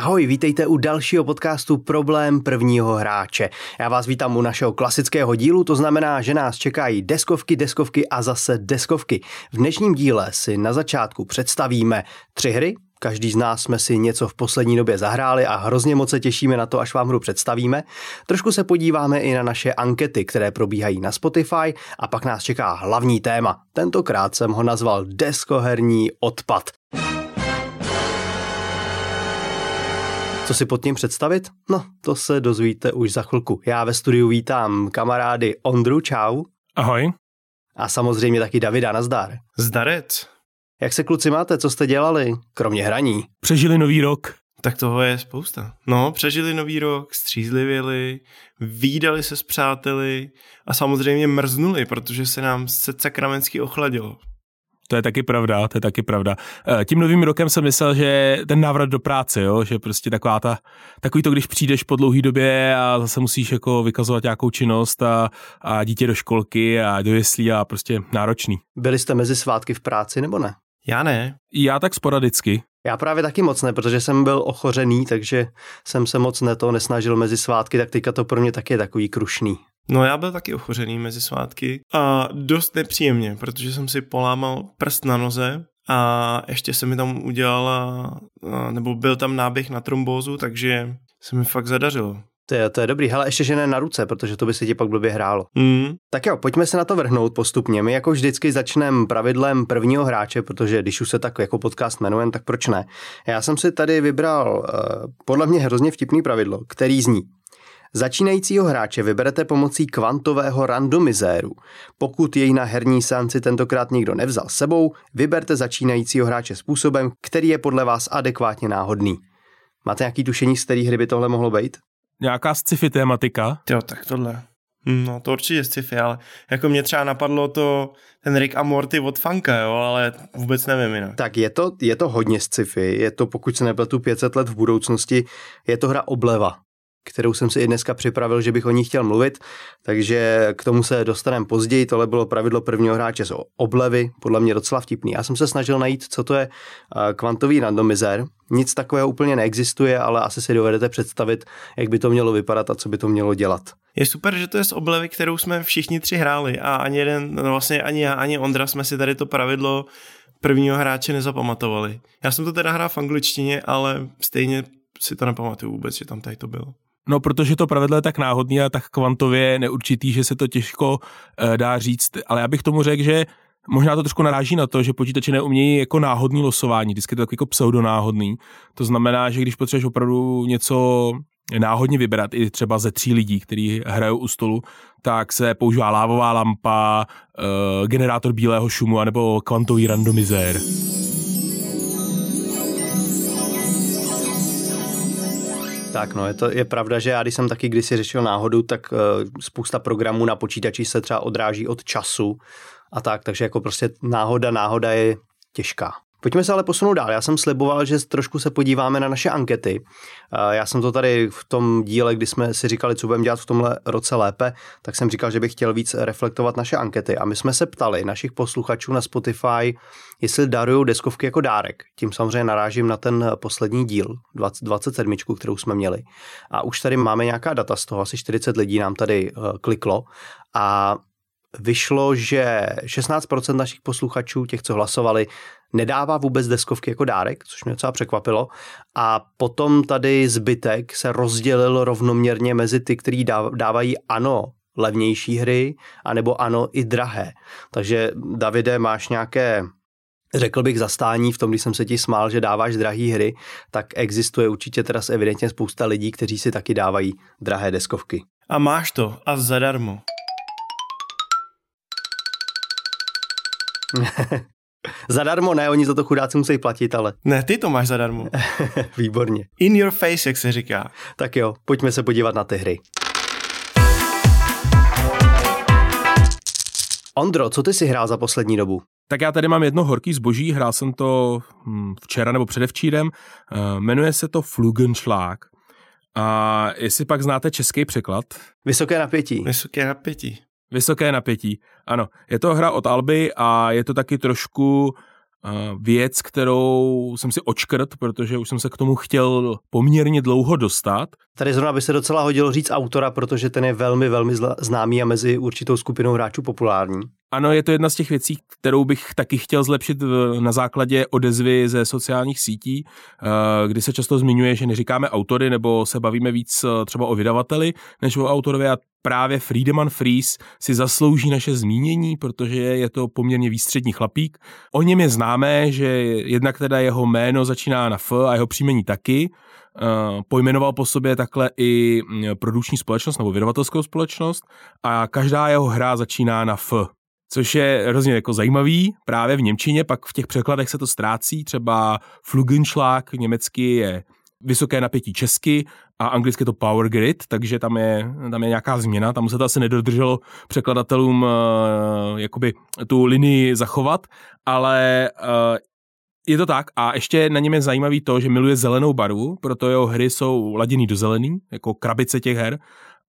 Ahoj, vítejte u dalšího podcastu Problém prvního hráče. Já vás vítám u našeho klasického dílu, to znamená, že nás čekají deskovky a zase deskovky. V dnešním díle si na začátku představíme 3 hry. Každý z nás jsme si něco v poslední době zahráli a hrozně moc se těšíme na to, až vám hru představíme. Trošku se podíváme i na naše ankety, které probíhají na Spotify, a pak nás čeká hlavní téma. Tentokrát jsem ho nazval deskoherní odpad. Co si pod tím představit? No, to se dozvíte už za chvilku. Já ve studiu vítám kamarády Ondru, čau. Ahoj. A samozřejmě taky Davida, nazdar. Zdarec. Jak se kluci máte, co jste dělali, kromě hraní? Přežili nový rok. Tak toho je spousta. No, přežili nový rok, střízlivěli, vídali se s přáteli a samozřejmě mrznuli, protože se nám sakramentsky ochladilo. To je taky pravda. Tím novým rokem jsem myslel, že ten návrat do práce, jo? Že prostě takový to, když přijdeš po dlouhý době a zase musíš jako vykazovat nějakou činnost a dítě do školky a do jeslí a prostě náročný. Byli jste mezi svátky v práci nebo ne? Já ne. Já tak sporadicky. Já právě taky moc ne, protože jsem byl ochořený, takže jsem se moc nesnažil mezi svátky, tak teďka to pro mě taky je takový krušný. No, já byl taky ochořený mezi svátky a dost nepříjemně, protože jsem si polámal prst na noze a ještě se mi tam nebo byl tam náběh na trombózu, takže se mi fakt zadařilo. To je dobrý, hele, ještě že ne na ruce, protože to by se ti pak blbě hrálo. Tak jo, pojďme se na to vrhnout postupně. My jako vždycky začneme pravidlem prvního hráče, protože když už se tak jako podcast jmenujeme, tak proč ne? Já jsem si tady vybral podle mě hrozně vtipný pravidlo, který zní: začínajícího hráče vyberete pomocí kvantového randomizéru. Pokud jej na herní seanci tentokrát nikdo nevzal s sebou, vyberte začínajícího hráče způsobem, který je podle vás adekvátně náhodný. Máte nějaký tušení, z který hry by tohle mohlo být? Nějaká sci-fi tématika? Jo, tak tohle. No, to určitě sci-fi, ale jako mě třeba napadlo ten Rick a Morty od Funka, jo, ale vůbec nevím jinak. Tak je to hodně sci-fi, je to, pokud se nepletu, 500 let v budoucnosti, je to hra Obleva, kterou jsem si i dneska připravil, že bych o ní chtěl mluvit, takže k tomu se dostaneme později. Tohle bylo pravidlo prvního hráče z Oblevy, podle mě docela vtipný. Já jsem se snažil najít, co to je kvantový randomizér. Nic takového úplně neexistuje, ale asi si dovedete představit, jak by to mělo vypadat a co by to mělo dělat. Je super, že to je z Oblevy, kterou jsme všichni 3 hráli a ani já, ani Ondra jsme si tady to pravidlo prvního hráče nezapamatovali. Já jsem to teda hrál v angličtině, ale stejně si to nepamatuju vůbec, že tam tady to bylo. No, protože to pravidlo je tak náhodný a tak kvantově neurčitý, že se to těžko dá říct, ale já bych tomu řekl, že možná to trošku naráží na to, že počítače neumějí jako náhodný losování, vždycky je to jako pseudonáhodný. To znamená, že když potřebuješ opravdu něco náhodně vybrat, i třeba ze 3 lidí, kteří hrajou u stolu, tak se používá lávová lampa, generátor bílého šumu anebo kvantový randomizér. Tak no, je pravda, že já když jsem taky kdysi řešil náhodu, tak spousta programů na počítači se třeba odráží od času a tak, takže jako prostě náhoda je těžká. Pojďme se ale posunout dál. Já jsem sliboval, že trošku se podíváme na naše ankety. Já jsem to tady v tom díle, kdy jsme si říkali, co budeme dělat v tomhle roce lépe, tak jsem říkal, že bych chtěl víc reflektovat naše ankety. A my jsme se ptali našich posluchačů na Spotify, jestli darujou deskovky jako dárek. Tím samozřejmě narážím na ten poslední díl, 27, kterou jsme měli. A už tady máme nějaká data z toho, asi 40 lidí nám tady kliklo a vyšlo, že 16% našich posluchačů, těch, co hlasovali, nedává vůbec deskovky jako dárek, což mě docela překvapilo. A potom tady zbytek se rozdělil rovnoměrně mezi ty, kteří dávají ano levnější hry, anebo ano i drahé. Takže Davide, máš nějaké, řekl bych, zastání v tom, když jsem se ti smál, že dáváš drahé hry, tak existuje určitě teda evidentně spousta lidí, kteří si taky dávají drahé deskovky. A máš to a zadarmo. Zadarmo ne, oni za to chudáci musí platit, ale... Ne, ty to máš zadarmo. Výborně. In your face, jak se říká. Tak jo, pojďme se podívat na ty hry. Ondro, co ty jsi hrál za poslední dobu? Tak já tady mám jedno horký zboží, hrál jsem to včera nebo předevčírem, jmenuje se to Flügelschlag. A jestli pak znáte český překlad? Vysoké napětí. Vysoké napětí, ano. Je to hra od Alby a je to taky trošku věc, kterou jsem si očkrt, protože už jsem se k tomu chtěl poměrně dlouho dostat. Tady zrovna by se docela hodilo říct autora, protože ten je velmi, velmi známý a mezi určitou skupinou hráčů populární. Ano, je to jedna z těch věcí, kterou bych taky chtěl zlepšit na základě odezvy ze sociálních sítí, kdy se často zmiňuje, že neříkáme autory nebo se bavíme víc třeba o vydavateli než o autorovi a právě Friedemann Fries si zaslouží naše zmínění, protože je to poměrně výstřední chlapík. O něm je známé, že jednak teda jeho jméno začíná na F a jeho příjmení taky. Pojmenoval po sobě takhle i produkční společnost nebo vydavatelskou společnost a každá jeho hra začíná na F. Což je hrozně jako zajímavý, právě v němčině, pak v těch překladech se to ztrácí, třeba Flügelschlag německy je vysoké napětí česky a anglicky je to Power Grid, takže tam je nějaká změna, tam se to asi nedodrželo překladatelům jakoby tu linii zachovat, ale je to tak a ještě na něm je zajímavý to, že miluje zelenou barvu, proto jeho hry jsou laděný do zelený, jako krabice těch her,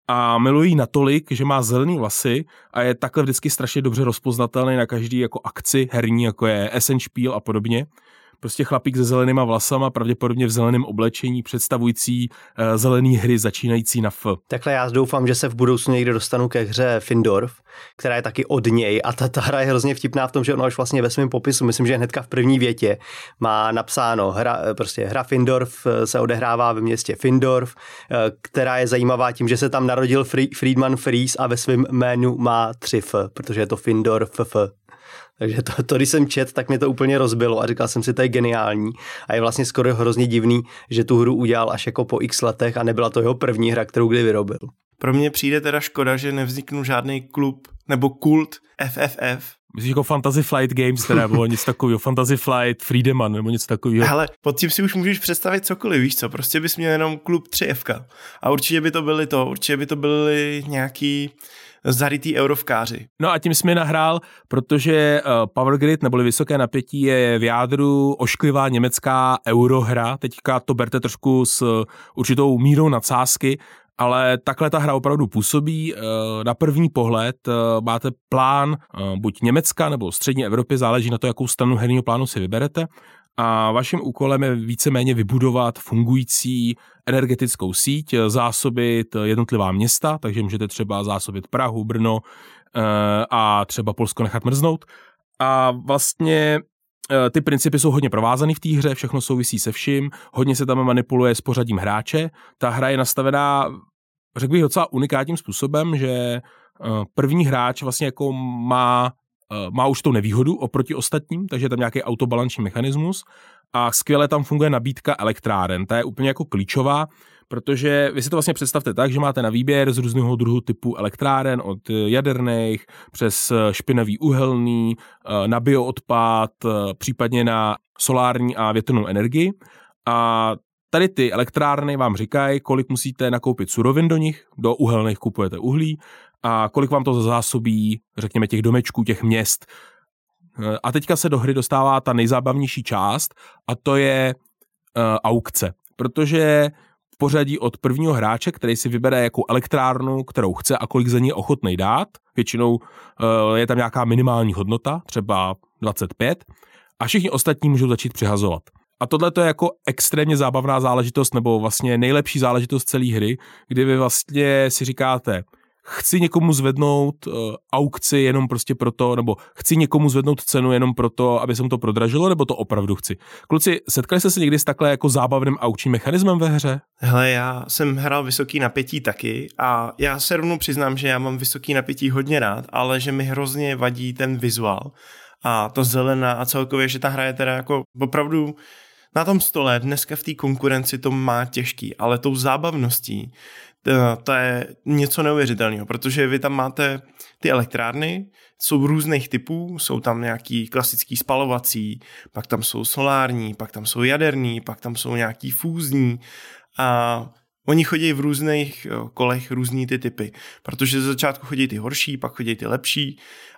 a milují natolik, že má zelený vlasy a je takhle vždycky strašně dobře rozpoznatelný na každý jako akci herní, jako je Essenspiel a podobně. Prostě chlapík se zelenýma vlasama, pravděpodobně v zeleném oblečení, představující zelený hry začínající na F. Takhle já doufám, že se v budoucnu někde dostanu ke hře Findorf, která je taky od něj a ta hra je hrozně vtipná v tom, že ona už vlastně ve svém popisu, myslím, že hnedka v první větě má napsáno, hra Findorf se odehrává ve městě Findorf, která je zajímavá tím, že se tam narodil Friedemann Fries a ve svém jménu má 3 F, protože je to Findorf F. Takže to, když jsem čet, tak mě to úplně rozbilo a říkal jsem si, to je geniální. A je vlastně skoro hrozně divný, že tu hru udělal až jako po x letech a nebyla to jeho první hra, kterou kdy vyrobil. Pro mě přijde teda škoda, že nevzniknul žádný klub nebo kult FFF. Myslíš jako Fantasy Flight Games, teda, nebo něco takového, Fantasy Flight Friedemann, nebo něco takového. Hele, pod tím si už můžeš představit cokoliv, víš co, prostě bys měl jenom klub 3F. A určitě by to byly nějaký zarytý eurovkáři. No a tím jsi mi nahrál, protože Power Grid neboli vysoké napětí je v jádru ošklivá německá eurohra. Teďka to berte trošku s určitou mírou nadsázky, ale takhle ta hra opravdu působí. Na první pohled máte plán buď Německa nebo střední Evropy, záleží na to, jakou stranu herního plánu si vyberete. A vaším úkolem je víceméně vybudovat fungující energetickou síť, zásobit jednotlivá města, takže můžete třeba zásobit Prahu, Brno a třeba Polsko nechat mrznout. A vlastně ty principy jsou hodně provázaný v té hře, všechno souvisí se vším, hodně se tam manipuluje s pořadím hráče. Ta hra je nastavená, řekl bych, docela unikátním způsobem, že první hráč vlastně jako má už tu nevýhodu oproti ostatním, takže je tam nějaký autobalanční mechanismus a skvěle tam funguje nabídka elektráren. Ta je úplně jako klíčová, protože vy si to vlastně představte tak, že máte na výběr z různého druhu typu elektráren, od jaderných přes špinavý uhelný, na bioodpad, případně na solární a větrnou energii. A tady ty elektrárny vám říkají, kolik musíte nakoupit surovin do nich, do uhelných kupujete uhlí, a kolik vám to zásobí, řekněme, těch domečků, těch měst. A teďka se do hry dostává ta nejzábavnější část a to je aukce. Protože v pořadí od prvního hráče, který si vybere jakou elektrárnu, kterou chce a kolik za ní je ochotnej dát, většinou je tam nějaká minimální hodnota, třeba 25, a všichni ostatní můžou začít přihazovat. A tohle to je jako extrémně zábavná záležitost, nebo vlastně nejlepší záležitost celé hry, kdy vy vlastně si říkáte, chci někomu zvednout aukci jenom prostě proto, nebo chci někomu zvednout cenu jenom proto, aby se mu to prodražilo, nebo to opravdu chci. Kluci, setkali jste se někdy s takhle jako zábavným aukčním mechanismem ve hře? Hele, já jsem hrál vysoký napětí taky a já se rovnou přiznám, že já mám vysoký napětí hodně rád, ale že mi hrozně vadí ten vizuál a to zelená a celkově, že ta hra je teda jako opravdu na tom stole, dneska v té konkurenci to má těžký, ale tou zábavností to je něco neuvěřitelného, protože vy tam máte ty elektrárny, jsou různých typů, jsou tam nějaký klasický spalovací, pak tam jsou solární, pak tam jsou jaderní, pak tam jsou nějaký fúzní a oni chodí v různých kolech různý ty typy, protože ze začátku chodí ty horší, pak chodí ty lepší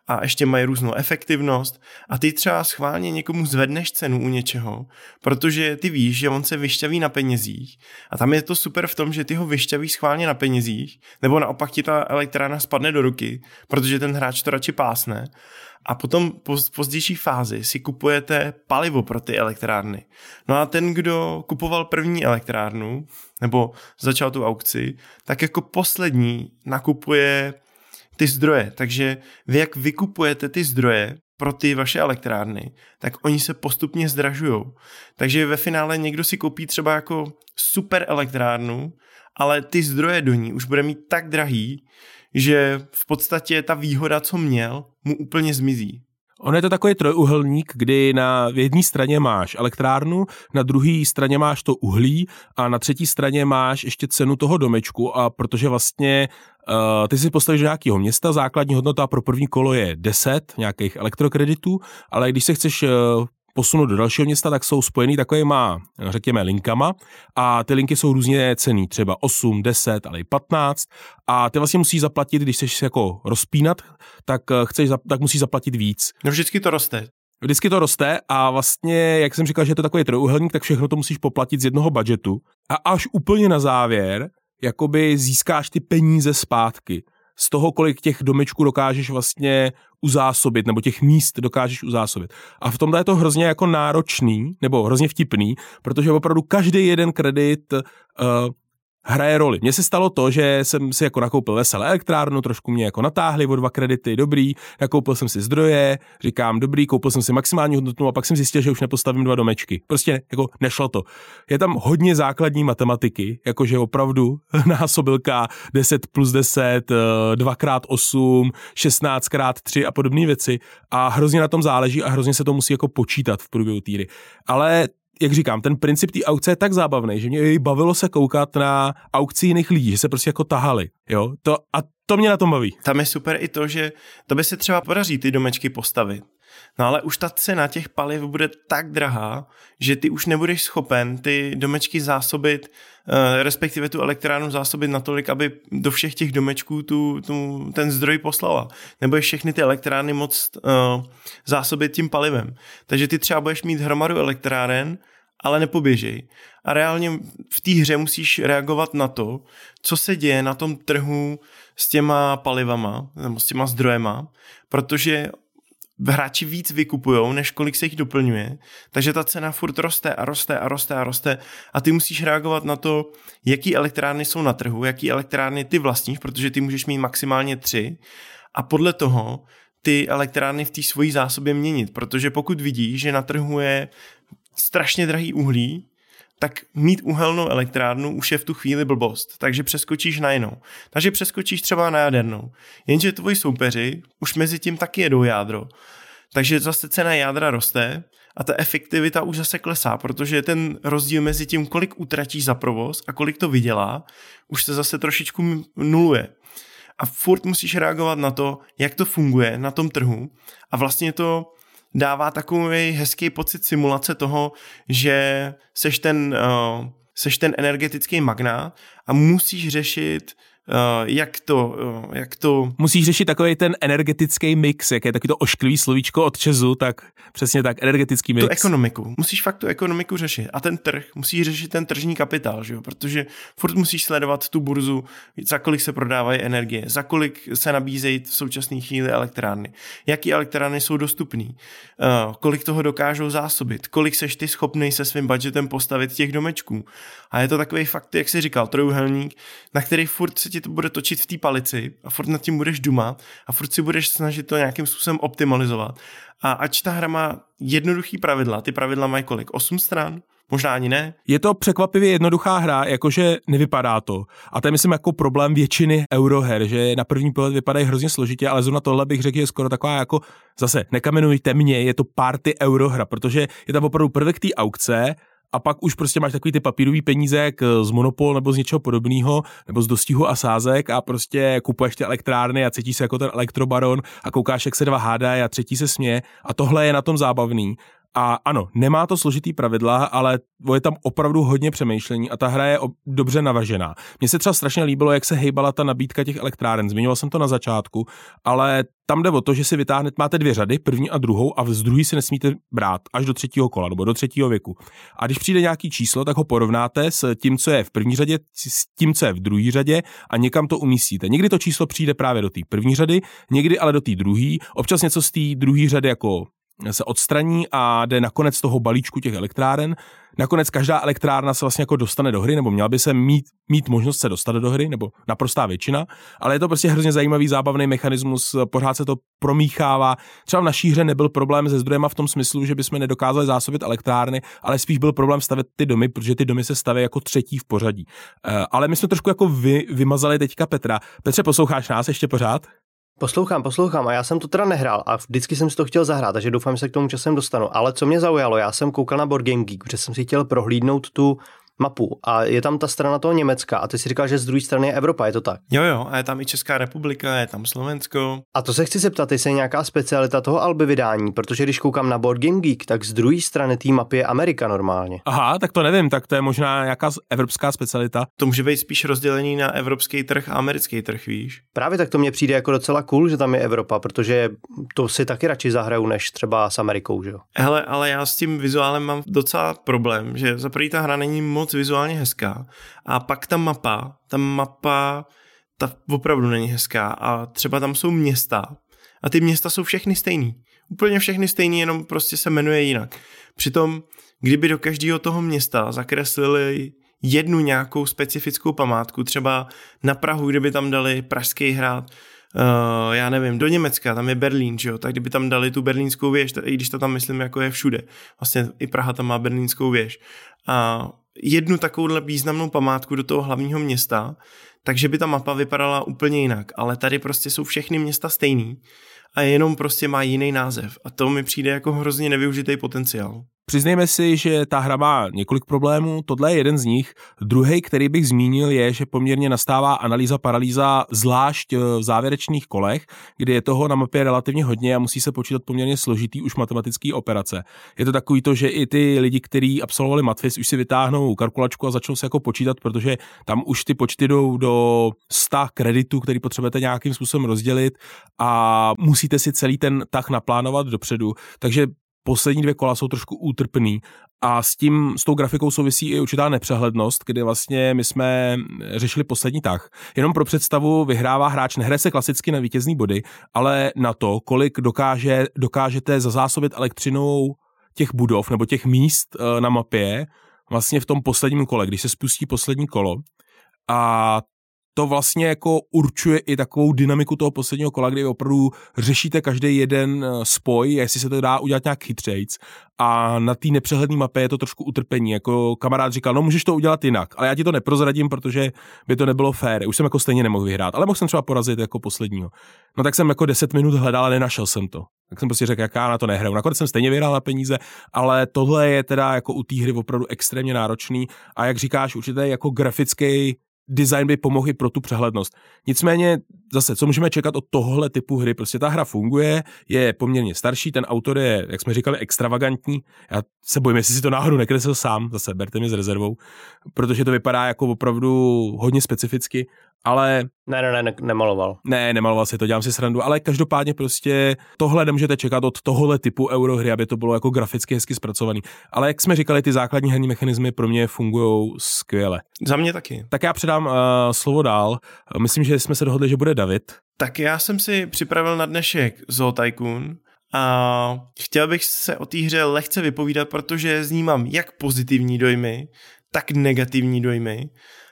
a ještě mají různou efektivnost a ty třeba schválně někomu zvedneš cenu u něčeho, protože ty víš, že on se vyšťaví na penězích a tam je to super v tom, že ty ho vyšťavíš schválně na penězích, nebo naopak ti ta elektrárna spadne do ruky, protože ten hráč to radši pásne. A potom v pozdější fázi si kupujete palivo pro ty elektrárny. No a ten, kdo kupoval první elektrárnu, nebo začal tu aukci, tak jako poslední nakupuje ty zdroje. Takže vy jak vykupujete ty zdroje pro ty vaše elektrárny, tak oni se postupně zdražujou. Takže ve finále někdo si koupí třeba jako super elektrárnu, ale ty zdroje do ní už bude mít tak drahý, že v podstatě ta výhoda, co měl, mu úplně zmizí. Ono je to takový trojuhelník, kdy na jedné straně máš elektrárnu, na druhé straně máš to uhlí a na třetí straně máš ještě cenu toho domečku a protože vlastně ty si postavíš do nějakého města, základní hodnota pro první kolo je 10 nějakých elektrokreditů, ale když se chceš posunout do dalšího města, tak jsou spojený takovýma, řekněme, linkama a ty linky jsou různě cenný, třeba 8, 10, ale i 15 a ty vlastně musíš zaplatit, když chceš jako rozpínat, tak musíš zaplatit víc. No vždycky to roste. Vždycky to roste a vlastně, jak jsem říkal, že je to takový trojuhelník, tak všechno to musíš poplatit z jednoho budgetu a až úplně na závěr jakoby získáš ty peníze zpátky. Z toho, kolik těch domečků dokážeš vlastně uzásobit, nebo těch míst dokážeš uzásobit. A v tomhle je to hrozně jako náročný, nebo hrozně vtipný, protože opravdu každý jeden kredit hraje roli. Mně se stalo to, že jsem si jako nakoupil veselé elektrárnu, trošku mě jako natáhli o 2 kredity, dobrý, nakoupil jsem si zdroje, říkám dobrý, koupil jsem si maximální hodnotu a pak jsem zjistil, že už nepostavím 2 domečky. Prostě jako nešlo to. Je tam hodně základní matematiky, jakože opravdu násobilka 10 plus 10, 2x8, 16x3 a podobné věci a hrozně na tom záleží a hrozně se to musí jako počítat v průběhu týry. Ale jak říkám, ten princip té aukce je tak zábavný, že mě bavilo se koukat na aukci jiných lidí, že se prostě jako tahali, jo, to mě na tom baví. Tam je super i to, že to by se třeba podaří ty domečky postavit. No ale už ta cena těch paliv bude tak drahá, že ty už nebudeš schopen ty domečky zásobit, respektive tu elektrárnu zásobit natolik, aby do všech těch domečků ten zdroj poslala. Nebudeš všechny ty elektrárny moc zásobit tím palivem. Takže ty třeba budeš mít hromadu elektráren, ale nepoběžej. A reálně v té hře musíš reagovat na to, co se děje na tom trhu s těma palivama, nebo s těma zdrojema, protože hráči víc vykupujou, než kolik se jich doplňuje, takže ta cena furt roste a roste a roste a roste a ty musíš reagovat na to, jaký elektrárny jsou na trhu, jaký elektrárny ty vlastníš, protože ty můžeš mít maximálně 3 a podle toho ty elektrárny v té svojí zásobě měnit, protože pokud vidíš, že na trhu je strašně drahý uhlí, tak mít uhelnou elektrárnu už je v tu chvíli blbost, takže přeskočíš na jinou. Takže přeskočíš třeba na jadernou. Jenže tvoji soupeři už mezi tím taky jedou jádro. Takže zase cena jádra roste a ta efektivita už zase klesá, protože ten rozdíl mezi tím, kolik utratíš za provoz a kolik to vydělá, už se zase trošičku nuluje. A furt musíš reagovat na to, jak to funguje na tom trhu a vlastně to dává takový hezký pocit simulace toho, že seš ten energetický magnát a musíš řešit, jak to... Musíš řešit takový ten energetický mix, jak je taky to ošklivý slovíčko od Česu, tak přesně tak, energetický mix. Tu ekonomiku. Musíš fakt tu ekonomiku řešit. A ten trh, musíš řešit ten tržní kapitál, že jo? Protože furt musíš sledovat tu burzu, za kolik se prodávají energie, za kolik se nabízejí v současné chvíli elektrárny, jaký elektrárny jsou dostupný, kolik toho dokážou zásobit, kolik seš ty schopnej se svým budgetem postavit těch domečků. A je to takový fakt, jak jsi říkal, trojuhelník, na který furt se ti to bude točit v té palici a furt nad tím budeš dumat a furt si budeš snažit to nějakým způsobem optimalizovat. A ač ta hra má jednoduchý pravidla, ty pravidla mají kolik? 8 stran? Možná ani ne. Je to překvapivě jednoduchá hra, jakože nevypadá to. A to je, myslím, jako problém většiny euroher, že na první pohled vypadají hrozně složitě, ale zrovna tohle bych řekl, že je skoro taková jako, zase nekamenujte mě, je to party eurohra, protože je tam opravdu prvek té aukce, a pak už prostě máš takový ty papírový peníze jak z Monopol nebo z něčeho podobného, nebo z Dostihu a sázek a prostě kupuješ ty elektrárny a cítíš se jako ten elektrobaron a koukáš, jak se dva hádají a třetí se směje a tohle je na tom zábavný. A ano, nemá to složitý pravidla, ale je tam opravdu hodně přemýšlení a ta hra je dobře navažená. Mně se třeba strašně líbilo, jak se hejbala ta nabídka těch elektráren. Zmiňoval jsem to na začátku, ale tam jde o to, že si vytáhnete, máte 2 řady, první a druhou, a z druhý si nesmíte brát až do 3. kola nebo do 3. věku. A když přijde nějaký číslo, tak ho porovnáte s tím, co je v první řadě, s tím, co je v druhé řadě a někam to umístíte. Někdy to číslo přijde právě do té první řady, někdy ale do té druhé. Občas něco z té druhé řady jako se odstraní a jde na konec toho balíčku těch elektráren. Nakonec každá elektrárna se vlastně jako dostane do hry, nebo měla by se mít možnost se dostat do hry, nebo naprostá většina, ale je to prostě hrozně zajímavý, zábavný mechanismus, pořád se to promíchává. Třeba v naší hře nebyl problém se zdrojema v tom smyslu, že bychom nedokázali zásobit elektrárny, ale spíš byl problém stavět ty domy, protože ty domy se staví jako 3. v pořadí. Ale my jsme trošku jako vymazali teďka Petra. Petře, posloucháš nás ještě pořád? Poslouchám a já jsem to teda nehrál a vždycky jsem si to chtěl zahrát, takže doufám, že se k tomu časem dostanu. Ale co mě zaujalo, já jsem koukal na Board Game Geek, protože jsem si chtěl prohlídnout tu mapu a je tam ta strana toho Německa a ty si říkal, že z druhé strany je Evropa, je to tak? Jo, a je tam i Česká republika, je tam Slovensko. A to se chci zeptat, jestli je nějaká specialita toho alby vydání, protože když koukám na Board Game Geek, tak z druhé strany té mapy je Amerika normálně. Aha, tak to nevím, tak to je možná nějaká evropská specialita. To může být spíš rozdělení na evropský trh a americký trh, víš? Právě tak to mně přijde jako docela cool, že tam je Evropa, protože to si taky radši zahraju než třeba s Amerikou, že jo? Hele, ale já s tím vizuálem mám docela problém, že za první ta hra není moc vizuálně hezká a pak ta mapa ta opravdu není hezká a třeba tam jsou města a ty města jsou všechny stejný. Úplně všechny stejný, jenom prostě se jmenuje jinak. Přitom, kdyby do každého toho města zakreslili jednu nějakou specifickou památku, třeba na Prahu, kdyby tam dali Pražský hrad, já nevím, do Německa, tam je Berlín, že jo, tak kdyby tam dali tu berlínskou věž, i když to tam myslím jako je všude, vlastně i Praha tam má berlínskou věž a jednu takovouhle významnou památku do toho hlavního města, takže by ta mapa vypadala úplně jinak, ale tady prostě jsou všechny města stejný a jenom prostě má jiný název a to mi přijde jako hrozně nevyužitý potenciál. Přiznejme si, že ta hra má několik problémů, tohle je jeden z nich. Druhý, který bych zmínil, je, že poměrně nastává analýza-paralýza, zvlášť v závěrečných kolech, kdy je toho na mapě relativně hodně a musí se počítat poměrně složitý už matematický operace. Je to takový to, že i ty lidi, kteří absolvovali matfiz, už si vytáhnou kalkulačku a začnou se jako počítat, protože tam už ty počty jdou do 100 kreditů, který potřebujete nějakým způsobem rozdělit a musíte si celý ten tah naplánovat dopředu. Takže poslední 2 kola jsou trošku útrpný a s tou grafikou souvisí i určitá nepřehlednost, kdy vlastně my jsme řešili poslední tah. Jenom pro představu vyhrává hráč, nehraje se klasicky na vítězný body, ale na to, kolik dokážete zazásobit elektřinou těch budov nebo těch míst na mapě vlastně v tom posledním kole, když se spustí poslední kolo. A to vlastně jako určuje i takovou dynamiku toho posledního kola, kdy opravdu řešíte každý jeden spoj, jestli se to dá udělat nějak chytřejc. A na té nepřehledné mapě je to trošku utrpení. Jako kamarád říkal, no můžeš to udělat jinak, ale já ti to neprozradím, protože by to nebylo fér. Už jsem jako stejně nemohl vyhrát, ale mohl jsem třeba porazit jako posledního. No tak jsem jako 10 minut hledal, ale nenašel jsem to. Tak jsem prostě řekl, jak já na to nehraju. Nakonec jsem stejně vyhrál na peníze, ale tohle je teda jako u té hry opravdu extrémně náročný a jak říkáš, určitě jako grafický design by pomohl i pro tu přehlednost. Nicméně zase, co můžeme čekat od tohohle typu hry? Prostě ta hra funguje, je poměrně starší, ten autor je, jak jsme říkali, extravagantní. Já se bojím, jestli si to náhodou nekreslil sám, zase berte mě s rezervou, protože to vypadá jako opravdu hodně specificky, ale... Nemaloval. Ne, nemaloval si to, dělám si srandu, ale každopádně prostě tohle nemůžete čekat od tohohle typu eurohry, aby to bylo jako graficky hezky zpracovaný. Ale jak jsme říkali, ty základní herní mechanismy pro mě fungují skvěle. Za mě taky. Tak já předám slovo dál. Myslím, že jsme se dohodli, že bude David. Tak já jsem si připravil na dnešek Zoo Tycoon a chtěl bych se o té hře lehce vypovídat, protože z ní mám jak pozitivní dojmy, tak negativní dojmy.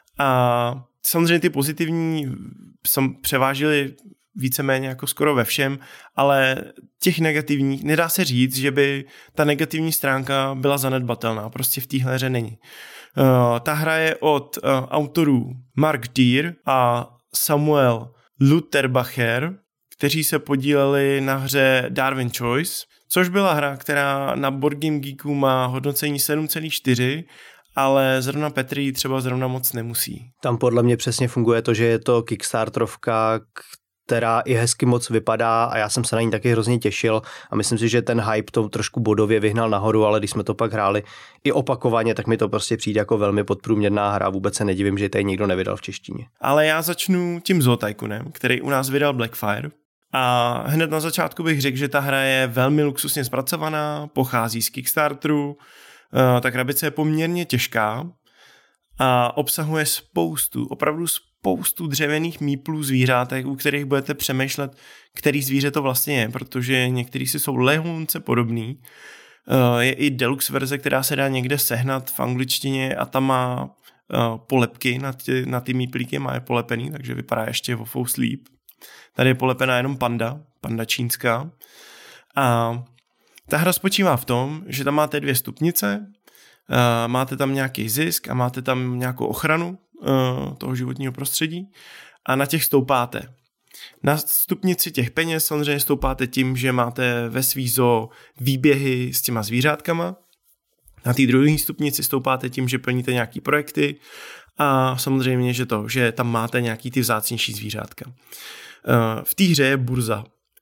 A samozřejmě ty pozitivní převážily víceméně jako skoro ve všem, ale těch negativních, nedá se říct, že by ta negativní stránka byla zanedbatelná, prostě v téhle hře není. Ta hra je od autorů Mark Deer a Samuel Lutherbacher, kteří se podíleli na hře Darwin Choice, což byla hra, která na Board Game Geeku má hodnocení 7,4, ale zrovna Petr ji třeba zrovna moc nemusí. Tam podle mě přesně funguje to, že je to Kickstarterovka, která i hezky moc vypadá a já jsem se na ní taky hrozně těšil a myslím si, že ten hype to trošku bodově vyhnal nahoru, ale když jsme to pak hráli i opakovaně, tak mi to prostě přijde jako velmi podprůměrná hra. Vůbec se nedivím, že ji tady nikdo nevydal v češtině. Ale já začnu tím Zoo Tycoonem, který u nás vydal Blackfire. A hned na začátku bych řekl, že ta hra je velmi luxusně zpracovaná, pochází z Kickstarteru, ta krabice je poměrně těžká a obsahuje opravdu spoustu dřevěných míplů zvířátek, u kterých budete přemýšlet, který zvíře to vlastně je, protože některý si jsou lehonce podobný. Je i deluxe verze, která se dá někde sehnat v angličtině a tam má polepky na ty míplíky, má je polepený, takže vypadá ještě o fous líp. Tady je polepená jenom panda čínská. A ta hra spočívá v tom, že tam máte 2 stupnice, máte tam nějaký zisk a máte tam nějakou ochranu toho životního prostředí a na těch stoupáte. Na stupnici těch peněz samozřejmě stoupáte tím, že máte ve svý zoo výběhy s těma zvířátkama. Na té druhé stupnici stoupáte tím, že plníte nějaký projekty a samozřejmě, že tam máte nějaký ty vzácnější zvířátka. V té hře je burza.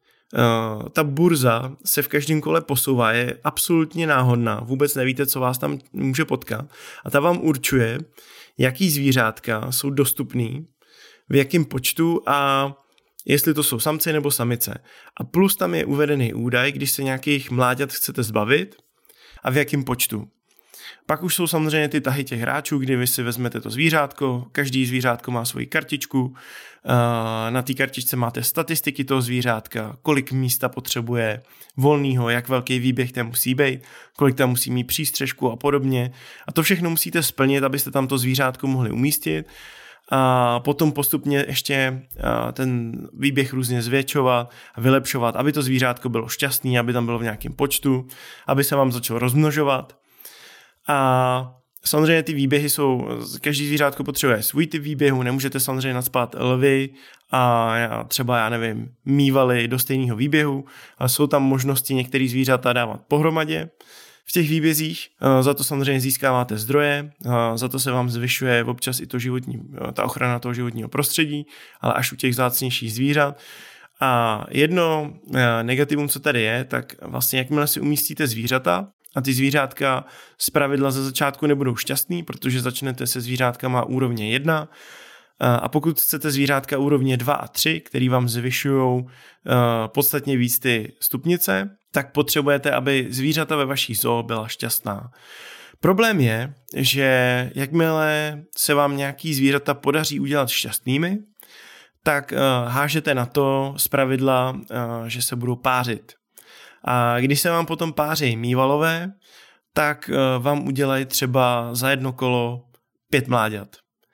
Ta burza se v každém kole posouvá, je absolutně náhodná, vůbec nevíte, co vás tam může potkat a ta vám určuje, jaký zvířátka jsou dostupný, v jakém počtu a jestli to jsou samci nebo samice. A plus tam je uvedený údaj, když se nějakých mláďat chcete zbavit a v jakém počtu. Pak už jsou samozřejmě ty tahy těch hráčů, kdy vy si vezmete to zvířátko, každý zvířátko má svoji kartičku, na té kartičce máte statistiky toho zvířátka, kolik místa potřebuje volného, jak velký výběh tam musí být, kolik tam musí mít přístřežku a podobně. A to všechno musíte splnit, abyste tam to zvířátko mohli umístit a potom postupně ještě ten výběh různě zvětšovat a vylepšovat, aby to zvířátko bylo šťastný, aby tam bylo v nějakém počtu, aby se vám začalo rozmnožovat. A samozřejmě ty výběhy každý zvířátko potřebuje svůj typ výběhu, nemůžete samozřejmě nacpat lvy a třeba, mývaly do stejného výběhu, ale jsou tam možnosti některé zvířata dávat pohromadě v těch výbězích, za to samozřejmě získáváte zdroje, za to se vám zvyšuje občas i ta ochrana toho životního prostředí, ale až u těch vzácnějších zvířat. A jedno negativum, co tady je, tak vlastně jakmile si umístíte zvířata, a ty zvířátka zpravidla ze začátku nebudou šťastný, protože začnete se zvířátkama úrovně 1 a pokud chcete zvířátka úrovně 2 a 3, který vám zvyšují podstatně víc ty stupnice, tak potřebujete, aby zvířata ve vaší zoo byla šťastná. Problém je, že jakmile se vám nějaký zvířata podaří udělat šťastnými, tak hážete na to zpravidla, že se budou pářit. A když se vám potom páří mývalové, tak vám udělají třeba za jedno kolo 5 mláďat.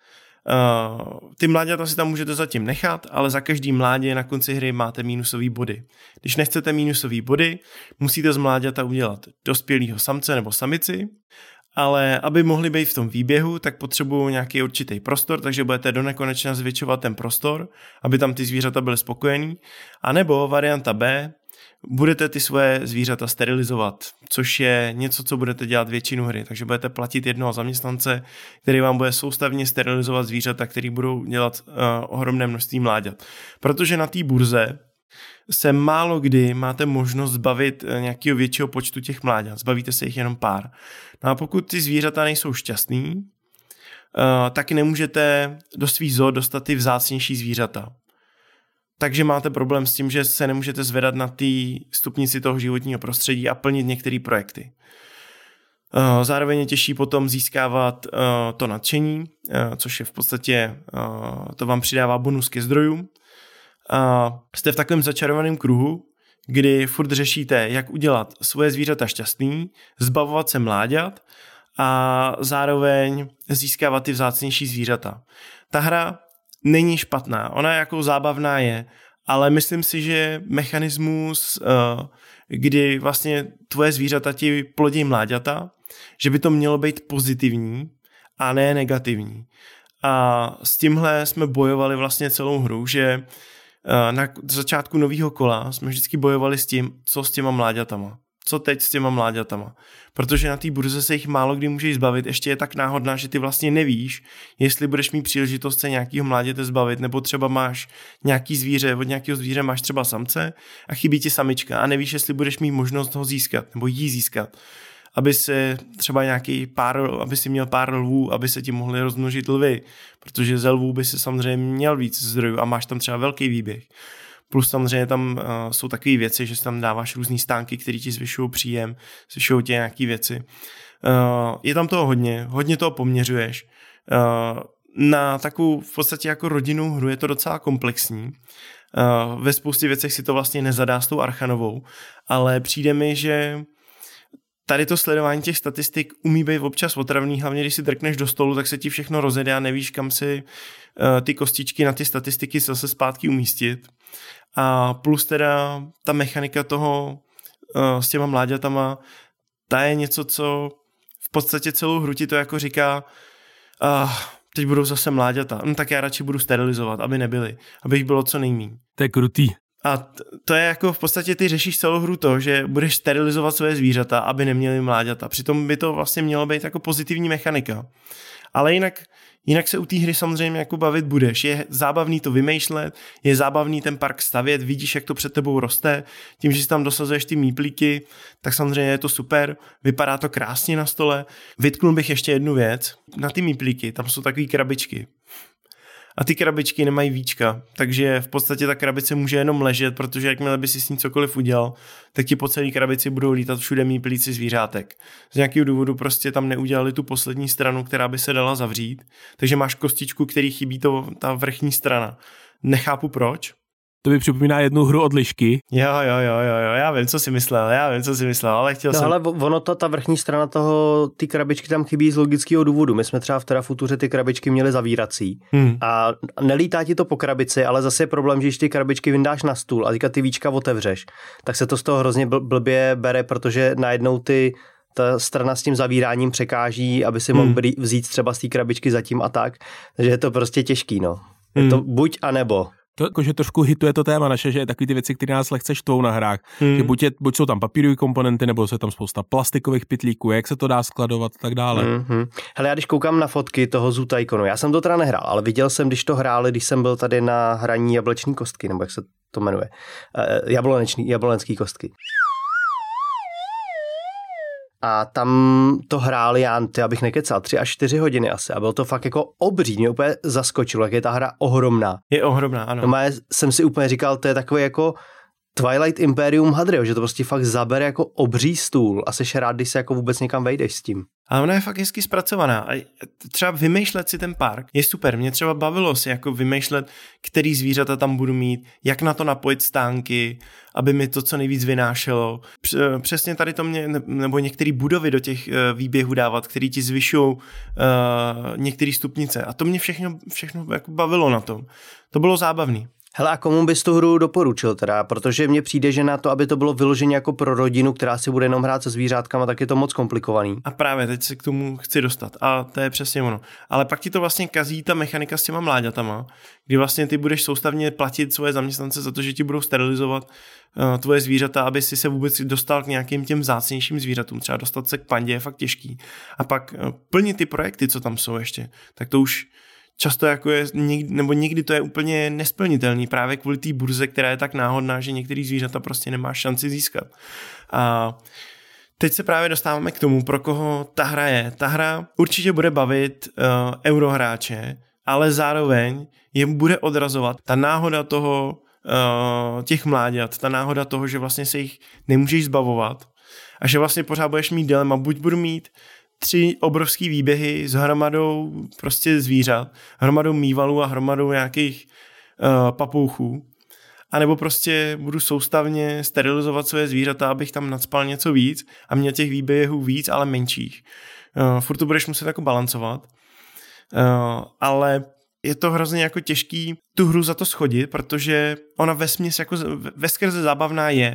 Ty mláďata si tam můžete zatím nechat, ale za každý mládě na konci hry máte minusový body. Když nechcete minusový body, musíte z mláďata udělat dospělýho samce nebo samici, ale aby mohli být v tom výběhu, tak potřebují nějaký určitý prostor, takže budete do nekonečna zvětšovat ten prostor, aby tam ty zvířata byly spokojený. A nebo varianta B, budete ty svoje zvířata sterilizovat, což je něco, co budete dělat většinu hry, takže budete platit jednoho zaměstnance, který vám bude soustavně sterilizovat zvířata, který budou dělat ohromné množství mláďat. Protože na té burze se málo kdy máte možnost zbavit nějakého většího počtu těch mláďat, zbavíte se jich jenom pár. No a pokud ty zvířata nejsou šťastný, tak nemůžete do svých zoo dostat ty vzácnější zvířata. Takže máte problém s tím, že se nemůžete zvedat na té stupnici toho životního prostředí a plnit některé projekty. Zároveň je těžší potom získávat to nadšení, což je v podstatě, to vám přidává bonus ke zdrojům. Jste v takovém začarovaném kruhu, kdy furt řešíte, jak udělat svoje zvířata šťastný, zbavovat se mláďat a zároveň získávat ty vzácnější zvířata. Ta hra není špatná, ona jako zábavná je, ale myslím si, že mechanismus, kdy vlastně tvoje zvířata ti plodí mláďata, že by to mělo být pozitivní a ne negativní. A s tímhle jsme bojovali vlastně celou hru, že na začátku nového kola jsme vždycky bojovali s tím, co s těma mláďatama. co teď s těma mláďatama. Protože na té burze se jich málo kdy můžeš zbavit, ještě je tak náhodná, že ty vlastně nevíš, jestli budeš mít příležitost se nějakého mláděte zbavit, nebo třeba máš nějaký zvíře, od nějakého zvíře máš třeba samce a chybí ti samička a nevíš, jestli budeš mít možnost ho získat, nebo jí získat. Aby se třeba aby si měl pár lvů, aby se ti mohly rozmnožit lvy, protože ze lvů by si samozřejmě měl víc zdrojů a máš tam třeba velký výběh. Plus samozřejmě tam jsou takové věci, že si tam dáváš různý stánky, které ti zvyšují příjem, zvyšují tě nějaké věci. Je tam toho hodně toho poměřuješ. Na takovou v podstatě jako rodinnou hru je to docela komplexní. Ve spoustě věcech si to vlastně nezadá s tou Archanovou, ale přijde mi, že tady to sledování těch statistik umí být občas otravný, hlavně když si drkneš do stolu, tak se ti všechno rozjede a nevíš, kam si ty kostičky na ty statistiky zase zpátky umístit. A plus teda ta mechanika toho s těma mláďatama, ta je něco, co v podstatě celou hru ti to jako říká, teď budou zase mláďata, tak já radši budu sterilizovat, aby nebyly, aby jich bylo co nejméně. To je krutý. A to je jako v podstatě ty řešíš celou hru to, že budeš sterilizovat své zvířata, aby neměly mláďata. Přitom by to vlastně mělo být jako pozitivní mechanika. Ale jinak se u té hry samozřejmě jako bavit budeš. Je zábavný to vymýšlet, je zábavný ten park stavět, vidíš, jak to před tebou roste, tím, že si tam dosazuješ ty míplíky, tak samozřejmě je to super, vypadá to krásně na stole. Vytknul bych ještě jednu věc, na ty míplíky, tam jsou takové krabičky. A ty krabičky nemají víčka, takže v podstatě ta krabice může jenom ležet, protože jakmile by si s ní cokoliv udělal, tak ti po celé krabici budou lítat všude míplíci zvířátek. Z nějakého důvodu prostě tam neudělali tu poslední stranu, která by se dala zavřít, takže máš kostičku, který chybí ta vrchní strana. Nechápu proč. To mi připomíná jednu hru od Lišky. Jo, já vím, co si myslel, ale chtěl jsem... Ale ono ta vrchní strana ty krabičky tam chybí z logického důvodu. My jsme třeba v Terrafutuře ty krabičky měli zavírací a nelítá ti to po krabici, ale zase je problém, že když ty krabičky vyndáš na stůl a teďka ty víčka otevřeš, tak se to z toho hrozně blbě bere, protože najednou ta strana s tím zavíráním překáží, aby si mohl vzít třeba z té krabičky zatím a tak. Takže je to prostě těžký, no. Je to buď a nebo. To jakože trošku hituje to téma naše, že je takový ty věci, které nás lehce štvou na hrách. Že buď jsou tam papírové komponenty, nebo je tam spousta plastikových pytlíků, jak se to dá skladovat a tak dále. Hele, já když koukám na fotky toho Zoo Tycoonu, já jsem to teda nehrál, ale viděl jsem, když to hráli, když jsem byl tady na hraní jablečný kostky, nebo jak se to jmenuje. Jablonecký kostky. A tam to hráli, já abych nekecal, 3 až 4 hodiny asi. A bylo to fakt jako obří, mě úplně zaskočilo, jak je ta hra ohromná. Je ohromná, ano. No, jsem si úplně říkal, to je takový jako Twilight Imperium Hadriel, že to prostě fakt zabere jako obří stůl a seš rád, když se jako vůbec někam vejdeš s tím. Ale ona je fakt hezky zpracovaná. A třeba vymýšlet si ten park je super. Mě třeba bavilo si jako vymýšlet, který zvířata tam budu mít, jak na to napojit stánky, aby mi to co nejvíc vynášelo. Přesně tady to nebo některé budovy do těch výběhů dávat, který ti zvyšují některé stupnice. A to mě všechno jako bavilo na tom. To bylo zábavný. Hele, a komu bys tu hru doporučil teda? Protože mně přijde, že na to, aby to bylo vyloženě jako pro rodinu, která si bude jenom hrát se zvířátkama, tak je to moc komplikovaný. A právě teď se k tomu chci dostat. A to je přesně ono. Ale pak ti to vlastně kazí ta mechanika s těma mláďatama, kdy vlastně ty budeš soustavně platit svoje zaměstnance za to, že ti budou sterilizovat tvoje zvířata, aby si se vůbec dostal k nějakým těm vzácnějším zvířatům. Třeba dostat se k pandě je fakt těžký. A pak plnit ty projekty, co tam jsou ještě, tak to už často jako je, nebo někdy to je úplně nesplnitelný právě kvůli té burze, která je tak náhodná, že některý zvířata prostě nemáš šanci získat. A teď se právě dostáváme k tomu, pro koho ta hra je. Ta hra určitě bude bavit eurohráče, ale zároveň je bude odrazovat ta náhoda toho, těch mláďat, ta náhoda toho, že vlastně se jich nemůžeš zbavovat a že vlastně pořád budeš mít dilema, buď budu mít 3 obrovský výběhy s hromadou prostě zvířat, hromadou mývalů a hromadou nějakých papouchů, anebo prostě budu soustavně sterilizovat své zvířata, abych tam nacpal něco víc a měl těch výběhů víc, ale menších. Furt to budeš muset jako balancovat, ale je to hrozně jako těžký tu hru za to schodit, protože ona vesměs jako veskrze zábavná je.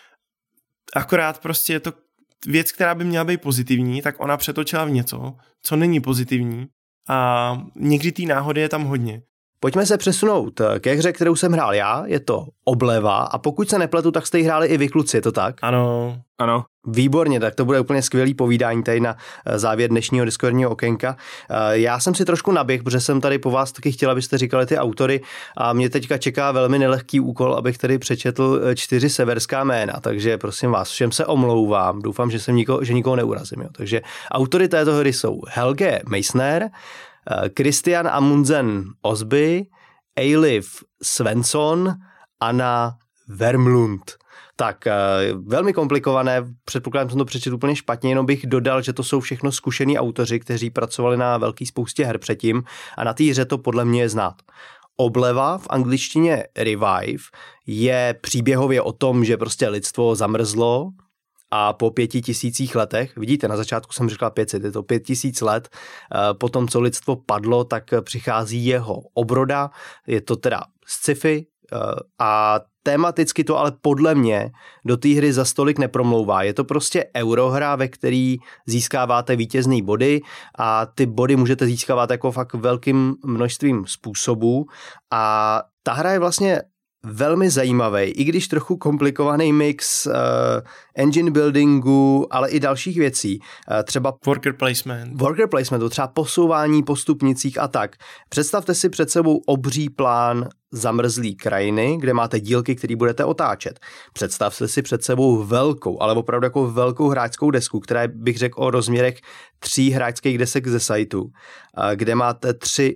Akorát prostě je to věc, která by měla být pozitivní, tak ona přetočila v něco, co není pozitivní a někdy té náhody je tam hodně. Pojďme se přesunout ke hře, kterou jsem hrál já, je to Obleva a pokud se nepletu, tak jste ji hráli i vy kluci, je to tak? Ano. Výborně, tak to bude úplně skvělý povídání tady na závěr dnešního Discordního okénka. Já jsem si trošku naběh, protože jsem tady po vás taky chtěl, abyste říkali ty autory a mě teďka čeká velmi nelehký úkol, abych tady přečetl 4 severská jména, takže prosím vás, všem se omlouvám, doufám, že nikoho neurazím. Jo. Takže autory této hry jsou Helge Meissner, Christian Amundsen Osby, Eilif Svensson, Anna Wermlund. Tak velmi komplikované, předpokládám, že jsem to přečetl úplně špatně, jenom bych dodal, že to jsou všechno zkušení autoři, kteří pracovali na velký spoustě her předtím a na té hře to podle mě je znát. Obleva, v angličtině Revive, je příběhově o tom, že prostě lidstvo zamrzlo a po 5000 letech, vidíte, na začátku jsem říkal 500, je to 5000 let, po tom, co lidstvo padlo, tak přichází jeho obroda, je to teda sci-fi a tematicky to ale podle mě do té hry za stolik nepromlouvá. Je to prostě eurohra, ve který získáváte vítězný body a ty body můžete získávat jako fakt velkým množstvím způsobů a ta hra je vlastně velmi zajímavý, i když trochu komplikovaný mix engine buildingu, ale i dalších věcí. Třeba worker placementu, třeba posouvání po stupnicích a tak. Představte si před sebou obří plán zamrzlý krajiny, kde máte dílky, které budete otáčet. Představte si před sebou velkou, ale opravdu jako velkou hráčskou desku, která bych řekl o rozměrech 3 hráčských desek ze sajtu, kde máte 3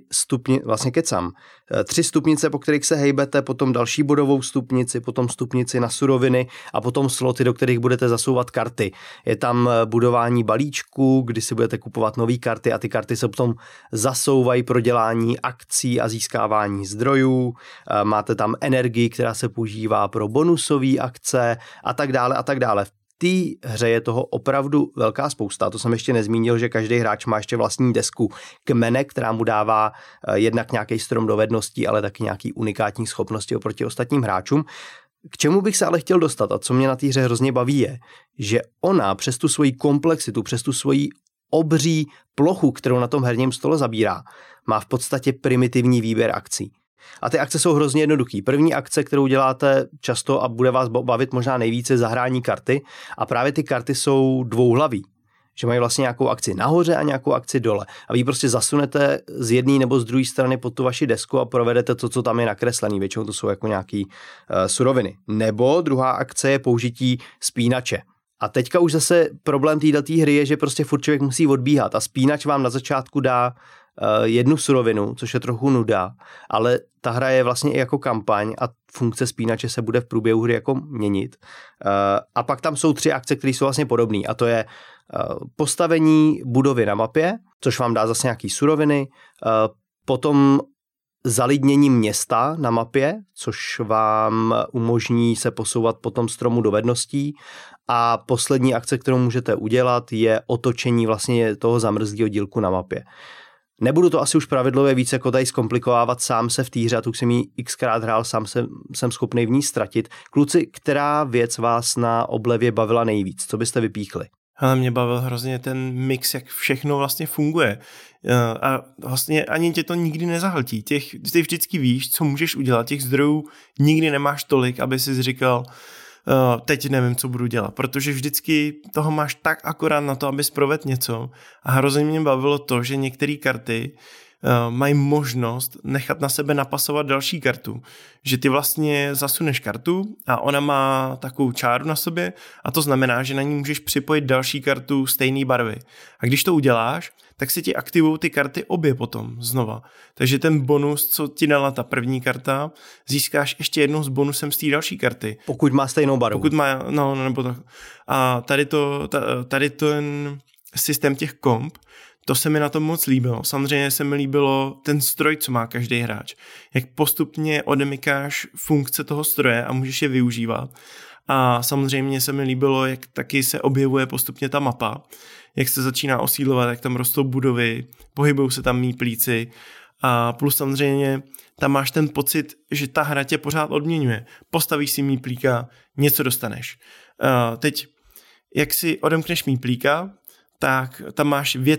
stupnice, po kterých se hejbete, potom další bodovou stupnici, potom stupnici na suroviny a potom sloty, do kterých budete zasouvat karty. Je tam budování balíčků, kdy si budete kupovat nové karty a ty karty se potom zasouvají pro dělání akcí a získávání zdrojů. Máte tam energii, která se používá pro bonusové akce a tak dále a tak dále. V té hře je toho opravdu velká spousta. To jsem ještě nezmínil, že každý hráč má ještě vlastní desku kmene, která mu dává jednak nějaký strom dovedností, ale taky nějaký unikátní schopnosti oproti ostatním hráčům. K čemu bych se ale chtěl dostat a co mě na té hře hrozně baví je, že ona přes tu svoji komplexitu, přes tu svoji obří plochu, kterou na tom herním stole zabírá, má v podstatě primitivní výběr akcí. A ty akce jsou hrozně jednoduchý. První akce, kterou děláte často a bude vás bavit možná nejvíce, zahrání karty a právě ty karty jsou dvouhlavý. Že mají vlastně nějakou akci nahoře a nějakou akci dole. A vy prostě zasunete z jedné nebo z druhé strany pod tu vaši desku a provedete to, co tam je nakreslený. Většinou to jsou jako nějaký suroviny. Nebo druhá akce je použití spínače. A teďka už zase problém této hry je, že prostě furt člověk musí odbíhat a spínač vám na začátku dá jednu surovinu, což je trochu nuda, ale ta hra je vlastně i jako kampaň a funkce spínače se bude v průběhu hry jako měnit. A pak tam jsou 3 akce, které jsou vlastně podobné a to je postavení budovy na mapě, což vám dá zase nějaký suroviny, potom zalidnění města na mapě, což vám umožní se posouvat po tom stromu dovedností a poslední akce, kterou můžete udělat, je otočení vlastně toho zamrzlého dílku na mapě. Nebudu to asi už pravidlově víc jako tady zkomplikovávat, sám se v té hře, a tu jsem jí xkrát hrál, sám jsem schopný v ní ztratit. Kluci, která věc vás na Oblevě bavila nejvíc? Co byste vypíchli? Ale mě bavil hrozně ten mix, jak všechno vlastně funguje. A vlastně ani tě to nikdy nezahltí. Ty vždycky víš, co můžeš udělat. Těch zdrojů nikdy nemáš tolik, aby jsi říkal, teď nevím, co budu dělat, protože vždycky toho máš tak akorát na to, abys provedl něco a hrozně mě bavilo to, že některé karty mají možnost nechat na sebe napasovat další kartu. Že ty vlastně zasuneš kartu a ona má takovou čáru na sobě a to znamená, že na ní můžeš připojit další kartu stejné barvy. A když to uděláš, tak se ti aktivují ty karty obě potom znova. Takže ten bonus, co ti dala ta první karta, získáš ještě jednou s bonusem z té další karty. Pokud má stejnou barvu. Pokud má, nebo tak. A tady ten systém těch komp, to se mi na tom moc líbilo. Samozřejmě se mi líbilo ten stroj, co má každý hráč. Jak postupně odemykáš funkce toho stroje a můžeš je využívat. A samozřejmě se mi líbilo, jak taky se objevuje postupně ta mapa, jak se začíná osídlovat, jak tam rostou budovy, pohybují se tam míplíci a plus samozřejmě tam máš ten pocit, že ta hra tě pořád odměňuje. Postavíš si míplíka, něco dostaneš. Teď, jak si odemkneš míplíka, tak tam máš větve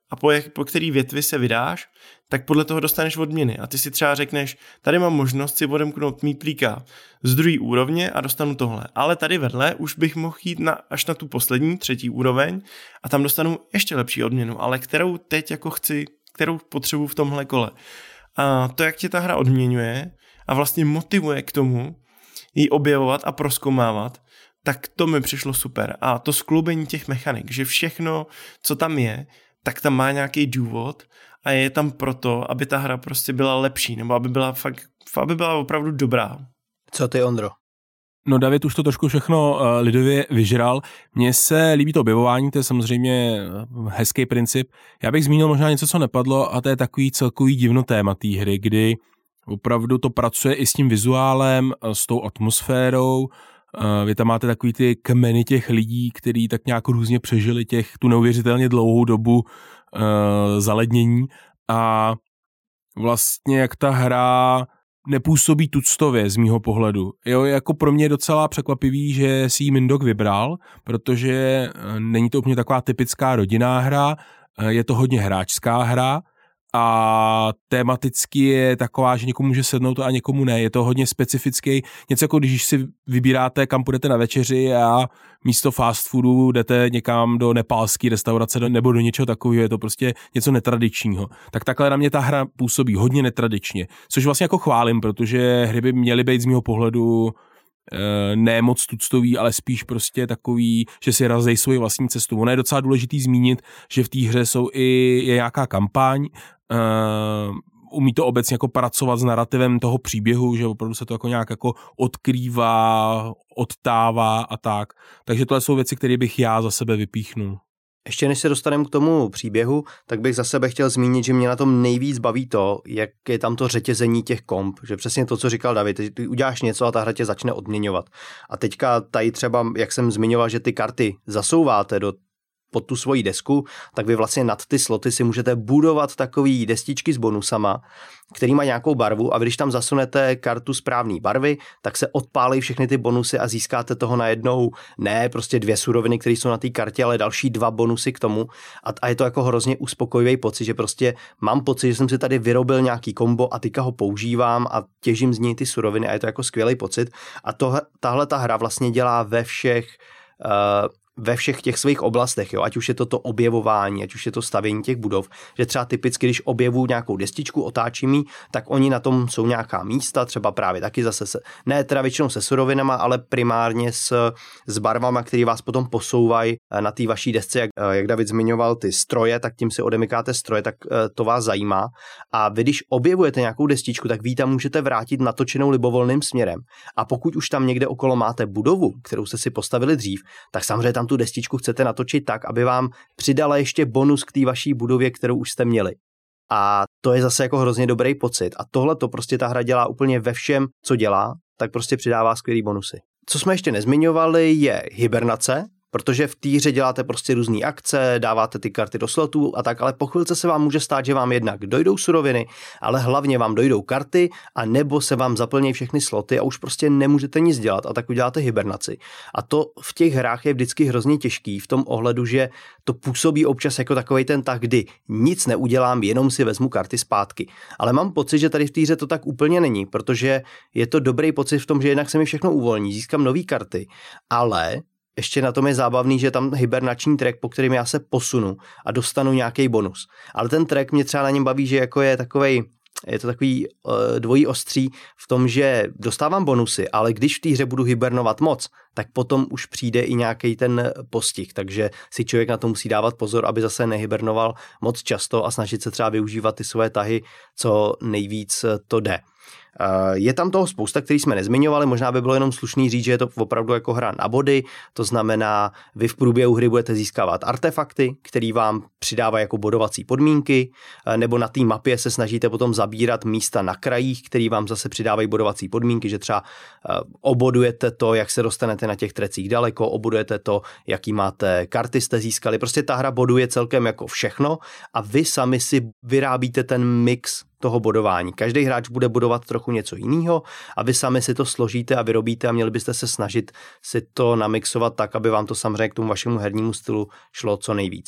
a po který větvi se vydáš, tak podle toho dostaneš odměny. A ty si třeba řekneš, tady mám možnost si odemknout mýplíka z druhé úrovně a dostanu tohle. Ale tady vedle už bych mohl jít až na tu poslední, 3. úroveň a tam dostanu ještě lepší odměnu, ale kterou teď jako chci, kterou potřebuji v tomhle kole. A to, jak tě ta hra odměňuje a vlastně motivuje k tomu ji objevovat a prozkoumávat, tak to mi přišlo super. A to skloubení těch mechanik, že všechno, co tam je, tak tam má nějaký důvod a je tam proto, aby ta hra prostě byla lepší, nebo aby byla opravdu dobrá. Co ty, Ondro? No David už to trošku všechno lidově vyžral. Mně se líbí to objevování, to je samozřejmě hezký princip. Já bych zmínil možná něco, co nepadlo, a to je takový celkový divno téma té hry, kdy opravdu to pracuje i s tím vizuálem, s tou atmosférou. Vy tam máte takový ty kmeny těch lidí, kteří tak nějak různě přežili tu neuvěřitelně dlouhou dobu zalednění a vlastně jak ta hra nepůsobí tuctově z mýho pohledu. Jo, jako pro mě je docela překvapivý, že si ji Mindok vybral, protože není to úplně taková typická rodinná hra, je to hodně hráčská hra a tematicky je taková, že někomu může sednout a někomu ne. Je to hodně specifický. Něco jako když si vybíráte, kam půjdete na večeři a místo fast foodu jdete někam do nepálské restaurace nebo do něčeho takového. Je to prostě něco netradičního. Tak takhle na mě ta hra působí hodně netradičně. Což vlastně jako chválím, protože hry by měly být z mého pohledu ne moc tuctový, ale spíš prostě takový, že si razej svoji vlastní cestu. Ono je docela důležitý zmínit, že v té hře je nějaká kampaň, umí to obecně jako pracovat s narrativem toho příběhu, že opravdu se to jako nějak jako odkrývá, odtává a tak. Takže tohle jsou věci, které bych já za sebe vypíchnul. Ještě než se dostaneme k tomu příběhu, tak bych za sebe chtěl zmínit, že mě na tom nejvíc baví to, jak je tam to řetězení těch komp, že přesně to, co říkal David, že ty uděláš něco a ta hra tě začne odměňovat. A teďka tady třeba, jak jsem zmiňoval, že ty karty zasouváte pod tu svoji desku, tak vy vlastně nad ty sloty si můžete budovat takový destičky s bonusama, který má nějakou barvu a vy, když tam zasunete kartu správné barvy, tak se odpálí všechny ty bonusy a získáte toho najednou ne prostě 2 suroviny, které jsou na té kartě, ale další 2 bonusy k tomu a je to jako hrozně uspokojivý pocit, že prostě mám pocit, že jsem si tady vyrobil nějaký kombo a teďka ho používám a těžím z něj ty suroviny a je to jako skvělý pocit a tahle ta hra vlastně dělá ve všech těch svých oblastech, jo? Ať už je to objevování, ať už je to stavění těch budov, že třeba typicky, když objevuju nějakou destičku, otáčím ji, tak oni na tom jsou nějaká místa, třeba právě taky zase ne teda většinou se surovinama, ale primárně s barvama, které vás potom posouvají na té vaší desce, jak David zmiňoval ty stroje, tak tím si odemykáte stroje, tak to vás zajímá. A vy, když objevujete nějakou destičku, tak vy tam můžete vrátit natočenou libovolným směrem. A pokud už tam někde okolo máte budovu, kterou jste si postavili dřív, tak samozřejmě tam tu destičku chcete natočit tak, aby vám přidala ještě bonus k té vaší budově, kterou už jste měli. A to je zase jako hrozně dobrý pocit. A tohle to prostě ta hra dělá úplně ve všem, co dělá, tak prostě přidává skvělý bonusy. Co jsme ještě nezmiňovali, je hibernace, protože v té hře děláte prostě různé akce, dáváte ty karty do slotů a tak, ale po chvilce se vám může stát, že vám jednak dojdou suroviny, ale hlavně vám dojdou karty a nebo se vám zaplní všechny sloty a už prostě nemůžete nic dělat a tak uděláte hibernaci. A to v těch hrách je vždycky hrozně těžký v tom ohledu, že to působí občas jako takovej ten tah, kdy nic neudělám, jenom si vezmu karty zpátky. Ale mám pocit, že tady v té hře to tak úplně není, protože je to dobrý pocit v tom, že jednak se mi všechno uvolní, získám nové karty, ale ještě na tom je zábavný, že tam hibernační track, po kterým já se posunu a dostanu nějaký bonus. Ale ten track mě třeba na něm baví, že jako je to takový dvojí ostří v tom, že dostávám bonusy, ale když v té hře budu hibernovat moc, tak potom už přijde i nějaký ten postih, takže si člověk na to musí dávat pozor, aby zase nehibernoval moc často a snažit se třeba využívat ty své tahy, co nejvíc to jde. Je tam toho spousta, který jsme nezmiňovali, možná by bylo jenom slušný říct, že je to opravdu jako hra na body, to znamená, vy v průběhu hry budete získávat artefakty, které vám přidávají jako bodovací podmínky, nebo na té mapě se snažíte potom zabírat místa na krajích, které vám zase přidávají bodovací podmínky, že třeba obodujete to, jak se dostanete na těch trecích daleko, obodujete to, jaký máte karty jste získali, prostě ta hra boduje celkem jako všechno a vy sami si vyrábíte ten mix toho bodování. Každý hráč bude bodovat trochu něco jiného a vy sami si to složíte a vyrobíte a měli byste se snažit si to namixovat tak, aby vám to samozřejmě k tomu vašemu hernímu stylu šlo co nejvíc.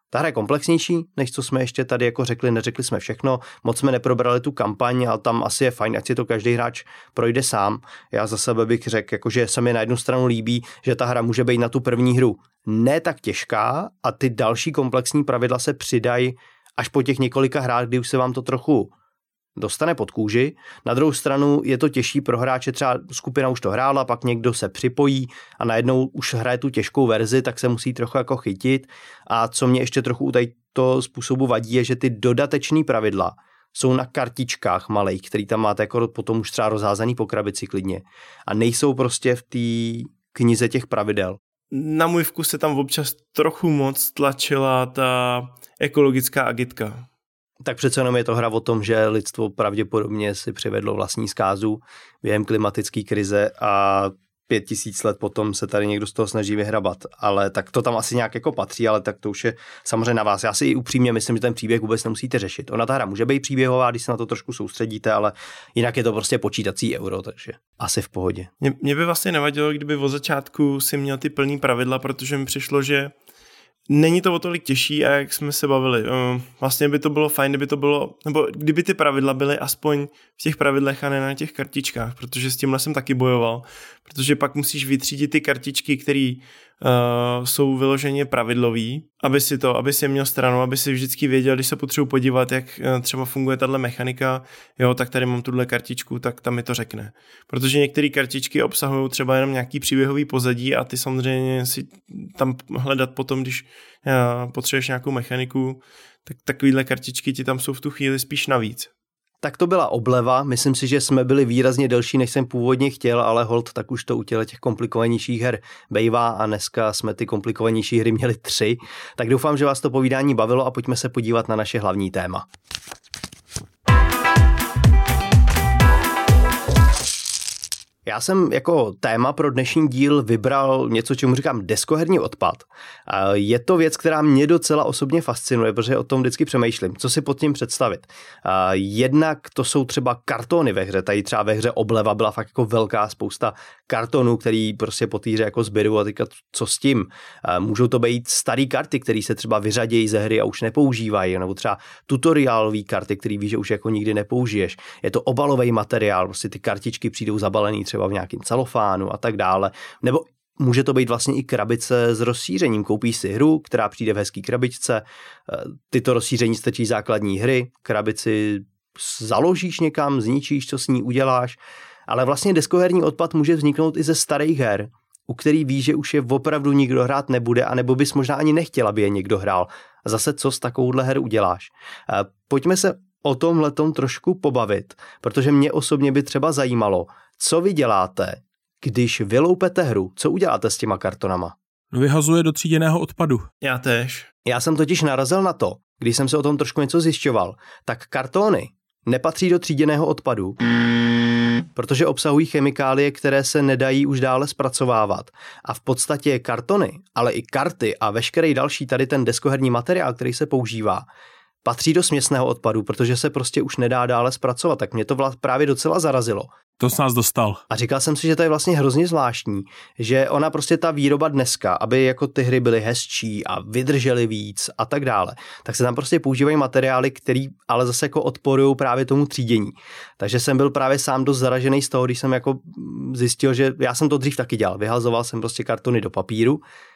Ta hra je komplexnější, než co jsme ještě tady jako neřekli jsme všechno, moc jsme neprobrali tu kampaň, ale tam asi je fajn, ať si to každý hráč projde sám. Já za sebe bych řekl, že se mi na jednu stranu líbí, že ta hra může být na tu první hru ne tak těžká a ty další komplexní pravidla se přidají až po těch několika hrách, kdy už se vám to trochu dostane pod kůži. Na druhou stranu je to těžší pro hráče, třeba skupina už to hrála, pak někdo se připojí a najednou už hraje tu těžkou verzi, tak se musí trochu jako chytit. A co mě ještě trochu u toho způsobu vadí, je, že ty dodatečné pravidla jsou na kartičkách malých, který tam máte jako potom už třeba rozházaný po krabici klidně. A nejsou prostě v té knize těch pravidel. Na můj vkus se tam občas trochu moc tlačila ta ekologická agitka. Tak přece jenom je to hra o tom, že lidstvo pravděpodobně si přivedlo vlastní zkázu během klimatické krize a 5000 let potom se tady někdo z toho snaží vyhrabat. Ale tak to tam asi nějak jako patří, ale tak to už je samozřejmě na vás. Já si i upřímně myslím, že ten příběh vůbec nemusíte řešit. Ona ta hra může být příběhová, když se na to trošku soustředíte, ale jinak je to prostě počítací euro, takže asi v pohodě. Mě by vlastně nevadilo, kdyby od začátku si měl ty plný pravidla, protože mi přišlo, že není to o tolik těžší, a jak jsme se bavili. Vlastně by to bylo fajn, kdyby to bylo, nebo kdyby ty pravidla byly aspoň v těch pravidlech a ne na těch kartičkách, protože s tímhle jsem taky bojoval, protože pak musíš vytřídit ty kartičky, které jsou vyloženě pravidlový, aby si je měl stranou, aby si vždycky věděl, když se potřebuji podívat, jak třeba funguje tahle mechanika, jo, tak tady mám tuhle kartičku, tak tam mi to řekne. Protože některé kartičky obsahují třeba jenom nějaký příběhový pozadí a ty samozřejmě si tam hledat potom, když potřebuješ nějakou mechaniku, tak takovýhle kartičky ti tam jsou v tu chvíli spíš navíc. Tak to byla obleva, myslím si, že jsme byli výrazně delší, než jsem původně chtěl, ale holt tak už to u těch komplikovanějších her bejvá a dneska jsme ty komplikovanější hry měli 3, tak doufám, že vás to povídání bavilo a pojďme se podívat na naše hlavní téma. Já jsem jako téma pro dnešní díl vybral něco, čemu říkám deskoherní odpad. Je to věc, která mě docela osobně fascinuje, protože o tom vždycky přemýšlím, co si pod tím představit. Jednak to jsou třeba kartony ve hře, tady třeba ve hře Obleva byla fakt jako velká spousta kartonů, který prostě po té hře jako sběru a teďka co s tím. Můžou to být staré karty, které se třeba vyřadějí ze hry a už nepoužívají, nebo třeba tutoriálové karty, které víš, že už jako nikdy nepoužiješ. Je to obalový materiál, prostě ty kartičky přijdou zabalený třeba v nějakém celofánu a tak dále. Nebo může to být vlastně i krabice s rozšířením. Koupíš si hru, která přijde v hezký krabičce, tyto rozšíření stačí základní hry, krabici založíš někam, zničíš, co s ní uděláš, ale vlastně deskoherní odpad může vzniknout i ze starých her, u který víš, že už je opravdu nikdo hrát nebude, anebo bys možná ani nechtěl, aby je někdo hrál. A zase co s takovouhle her uděláš? Pojďme se o tomhletom trošku pobavit, protože mě osobně by třeba zajímalo, co vy děláte, když vyloupete hru, co uděláte s těma kartonama? Vyhazuje do tříděného odpadu. Já též. Já jsem totiž narazil na to, když jsem se o tom trošku něco zjišťoval, tak kartony nepatří do tříděného odpadu, protože obsahují chemikálie, které se nedají už dále zpracovávat. A v podstatě kartony, ale i karty a veškerý další tady ten deskoherní materiál, který se používá, patří do směsného odpadu, protože se prostě už nedá dále zpracovat. Tak mě to právě docela zarazilo. To s nás dostal. A říkal jsem si, že to je vlastně hrozně zvláštní, že ona prostě ta výroba dneska, aby jako ty hry byly hezčí a vydržely víc a tak dále, tak se tam prostě používají materiály, které ale zase jako odporují právě tomu třídění. Takže jsem byl právě sám dost zaražený z toho, když jsem jako zjistil, že já jsem to dřív taky dělal. Vyhazoval jsem prostě kartony do papíru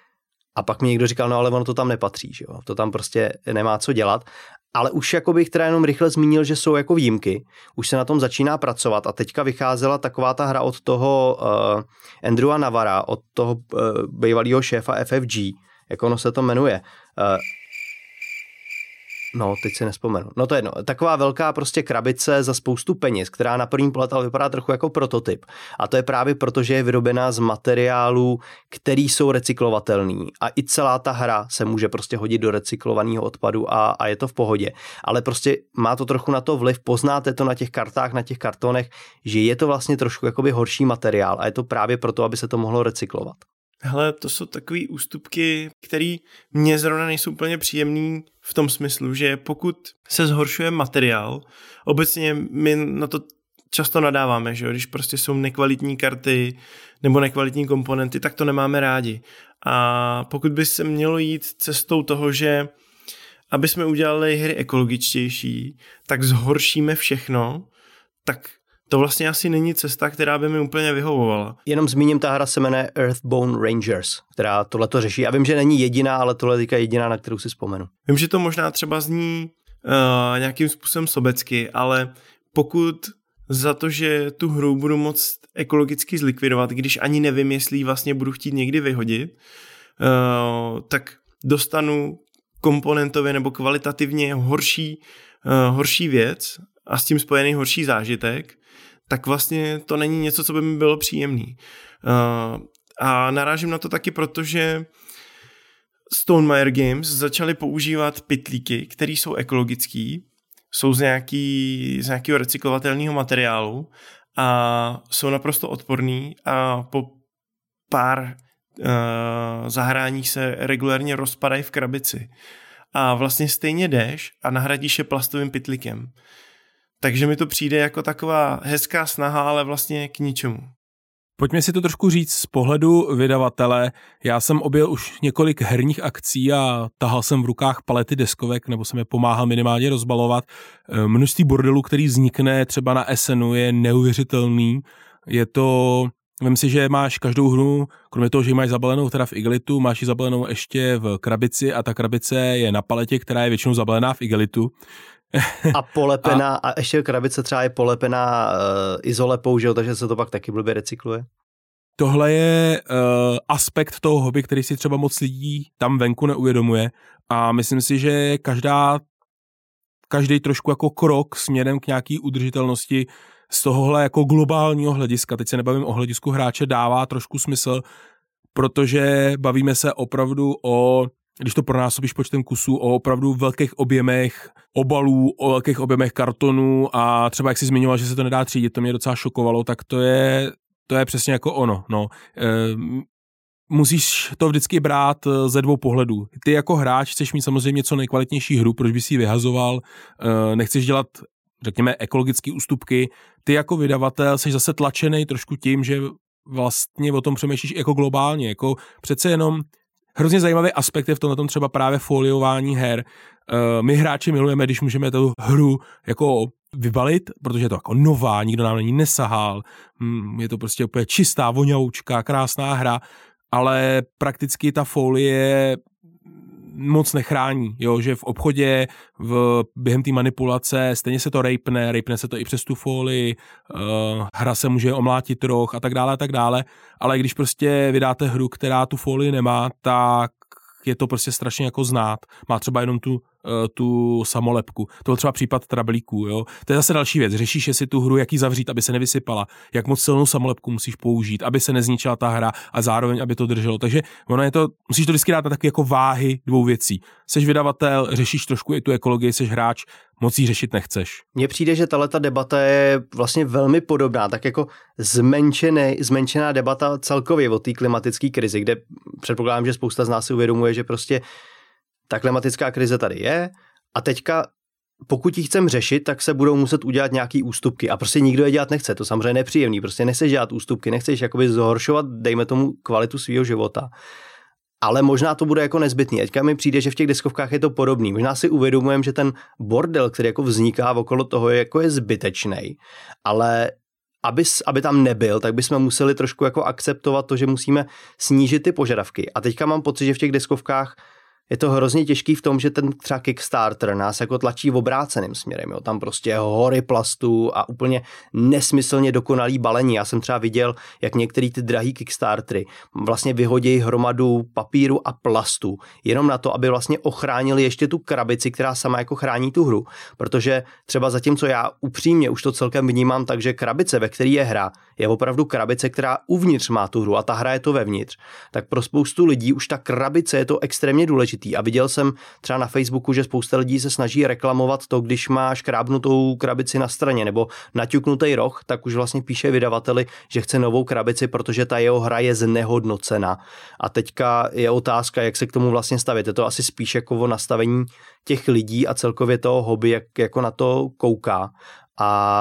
a pak mi někdo říkal, no ale ono to tam nepatří, že jo? To tam prostě nemá co dělat. Ale už jako bych teda jenom rychle zmínil, že jsou jako výjimky. Už se na tom začíná pracovat a teďka vycházela taková ta hra od toho Andrewa Navara, od toho bývalého šéfa FFG, jak ono se to jmenuje. No, teď si nespomenu. No to je jedno. Taková velká prostě krabice za spoustu peněz, která na první pohled ale vypadá trochu jako prototyp. A to je právě proto, že je vyrobená z materiálů, který jsou recyklovatelný. A i celá ta hra se může prostě hodit do recyklovaného odpadu a je to v pohodě. Ale prostě má to trochu na to vliv, poznáte to na těch kartách, na těch kartonech, že je to vlastně trošku jakoby horší materiál a je to právě proto, aby se to mohlo recyklovat. Hele, to jsou takový ústupky, které mně zrovna nejsou úplně příjemný v tom smyslu, že pokud se zhoršuje materiál, obecně my na to často nadáváme, že když prostě jsou nekvalitní karty nebo nekvalitní komponenty, tak to nemáme rádi. A pokud by se mělo jít cestou toho, že aby jsme udělali hry ekologičtější, tak zhoršíme všechno, tak to vlastně asi není cesta, která by mi úplně vyhovovala. Jenom zmíním, ta hra se jmenuje Earthbound Rangers, která tohleto řeší. Já vím, že není jediná, ale tohle je jediná, na kterou si vzpomenu. Vím, že to možná třeba zní nějakým způsobem sobecky, ale pokud za to, že tu hru budu moct ekologicky zlikvidovat, když ani nevím, jestli ji vlastně budu chtít někdy vyhodit, tak dostanu komponentově nebo kvalitativně horší věc a s tím spojený horší zážitek, tak vlastně to není něco, co by mi bylo příjemný. A narážím na to taky, protože Stonemaier Games začali používat pytlíky, které jsou ekologický, jsou z nějakého recyklovatelného materiálu a jsou naprosto odporný a po pár zahráních se regulérně rozpadají v krabici. A vlastně stejně jdeš a nahradíš je plastovým pytlíkem. Takže mi to přijde jako taková hezká snaha, ale vlastně k ničemu. Pojďme si to trošku říct z pohledu vydavatele. Já jsem objel už několik herních akcí a tahal jsem v rukách palety deskovek, nebo jsem je pomáhal minimálně rozbalovat. Množství bordelů, který vznikne třeba na SNu, je neuvěřitelný. Je to... Vem si, že máš každou hru, kromě toho, že ji máš zabalenou teda v igelitu, máš ji zabalenou ještě v krabici a ta krabice je na paletě, která je většinou zabalená v igelitu. A polepená, a ještě krabice třeba je polepená izolepou, že jo, takže se to pak taky blbě recykluje. Tohle je aspekt toho hobby, který si třeba moc lidí tam venku neuvědomuje a myslím si, že každý trošku jako krok směrem k nějaký udržitelnosti z tohohle jako globálního hlediska, teď se nebavím o hledisku hráče, dává trošku smysl, protože bavíme se opravdu o, když to pronásobíš počtem kusů, o opravdu velkých objemech obalů, o velkých objemech kartonů a třeba jak jsi zmiňoval, že se to nedá třídit, to mě docela šokovalo, tak to je přesně jako ono. No. Musíš to vždycky brát ze dvou pohledů. Ty jako hráč chceš mít samozřejmě co nejkvalitnější hru, proč bys ji vyhazoval, nechceš dělat, řekněme, ekologické ústupky. Ty jako vydavatel jsi zase tlačený trošku tím, že vlastně o tom přemýšlíš jako globálně, jako přece jenom hrozně zajímavý aspekt je v tomhle třeba právě foliování her. My hráči milujeme, když můžeme tu hru jako vybalit, protože je to jako nová, nikdo nám na ní nesahal, je to prostě úplně čistá, vonjavoučká, krásná hra, ale prakticky ta folie moc nechrání, jo, že v obchodě během té manipulace stejně se to rejpne se to i přes tu folii, hra se může omlátit roh a tak dále, ale když prostě vydáte hru, která tu folii nemá, tak je to prostě strašně jako znát. Má třeba jenom tu samolepku. To byl třeba případ trablíků, jo. To je zase další věc. Řešíš, jestli tu hru, jak ji zavřít, aby se nevysypala, jak moc silnou samolepku musíš použít, aby se nezničila ta hra a zároveň, aby to drželo. Takže ono je to, musíš to vždycky dát na taky jako váhy dvou věcí. Seš vydavatel, řešíš trošku i tu ekologii, seš hráč, moc ji řešit nechceš. Mně přijde, že tato debata je vlastně velmi podobná, tak jako zmenšená debata celkově o té klimatické krizi, kde předpokládám, že spousta z nás si uvědomuje, že prostě ta klimatická krize tady je a teďka pokud ji chcem řešit, tak se budou muset udělat nějaký ústupky a prostě nikdo je dělat nechce, to samozřejmě nepříjemný, prostě nechceš dělat ústupky, nechceš jakoby zhoršovat, dejme tomu, kvalitu svého života. Ale možná to bude jako nezbytný. Teďka mi přijde, že v těch deskovkách je to podobný. Možná si uvědomujeme, že ten bordel, který jako vzniká okolo toho, je zbytečný, ale aby tam nebyl, tak bychom museli trošku jako akceptovat to, že musíme snížit ty požadavky. A teďka mám pocit, že v těch deskovkách je to hrozně těžký v tom, že ten třeba Kickstarter nás jako tlačí v obráceným směrem. Jo. Tam prostě hory plastů a úplně nesmyslně dokonalý balení. Já jsem třeba viděl, jak některý ty drahý Kickstartery vlastně vyhodí hromadu papíru a plastu jenom na to, aby vlastně ochránili ještě tu krabici, která sama jako chrání tu hru. Protože třeba zatímco já upřímně už to celkem vnímám tak, že krabice, ve které je hra, je opravdu krabice, která uvnitř má tu hru a ta hra je to vevnitř. Tak pro spoustu lidí už ta krabice je to extrémně důležité. A viděl jsem třeba na Facebooku, že spousta lidí se snaží reklamovat to, když máš krábnutou krabici na straně nebo naťuknutý roh, tak už vlastně píše vydavateli, že chce novou krabici, protože ta jeho hra je znehodnocena. A teďka je otázka, jak se k tomu vlastně stavět. Je to asi spíš jako o nastavení těch lidí a celkově toho hobby, jak jako na to kouká. A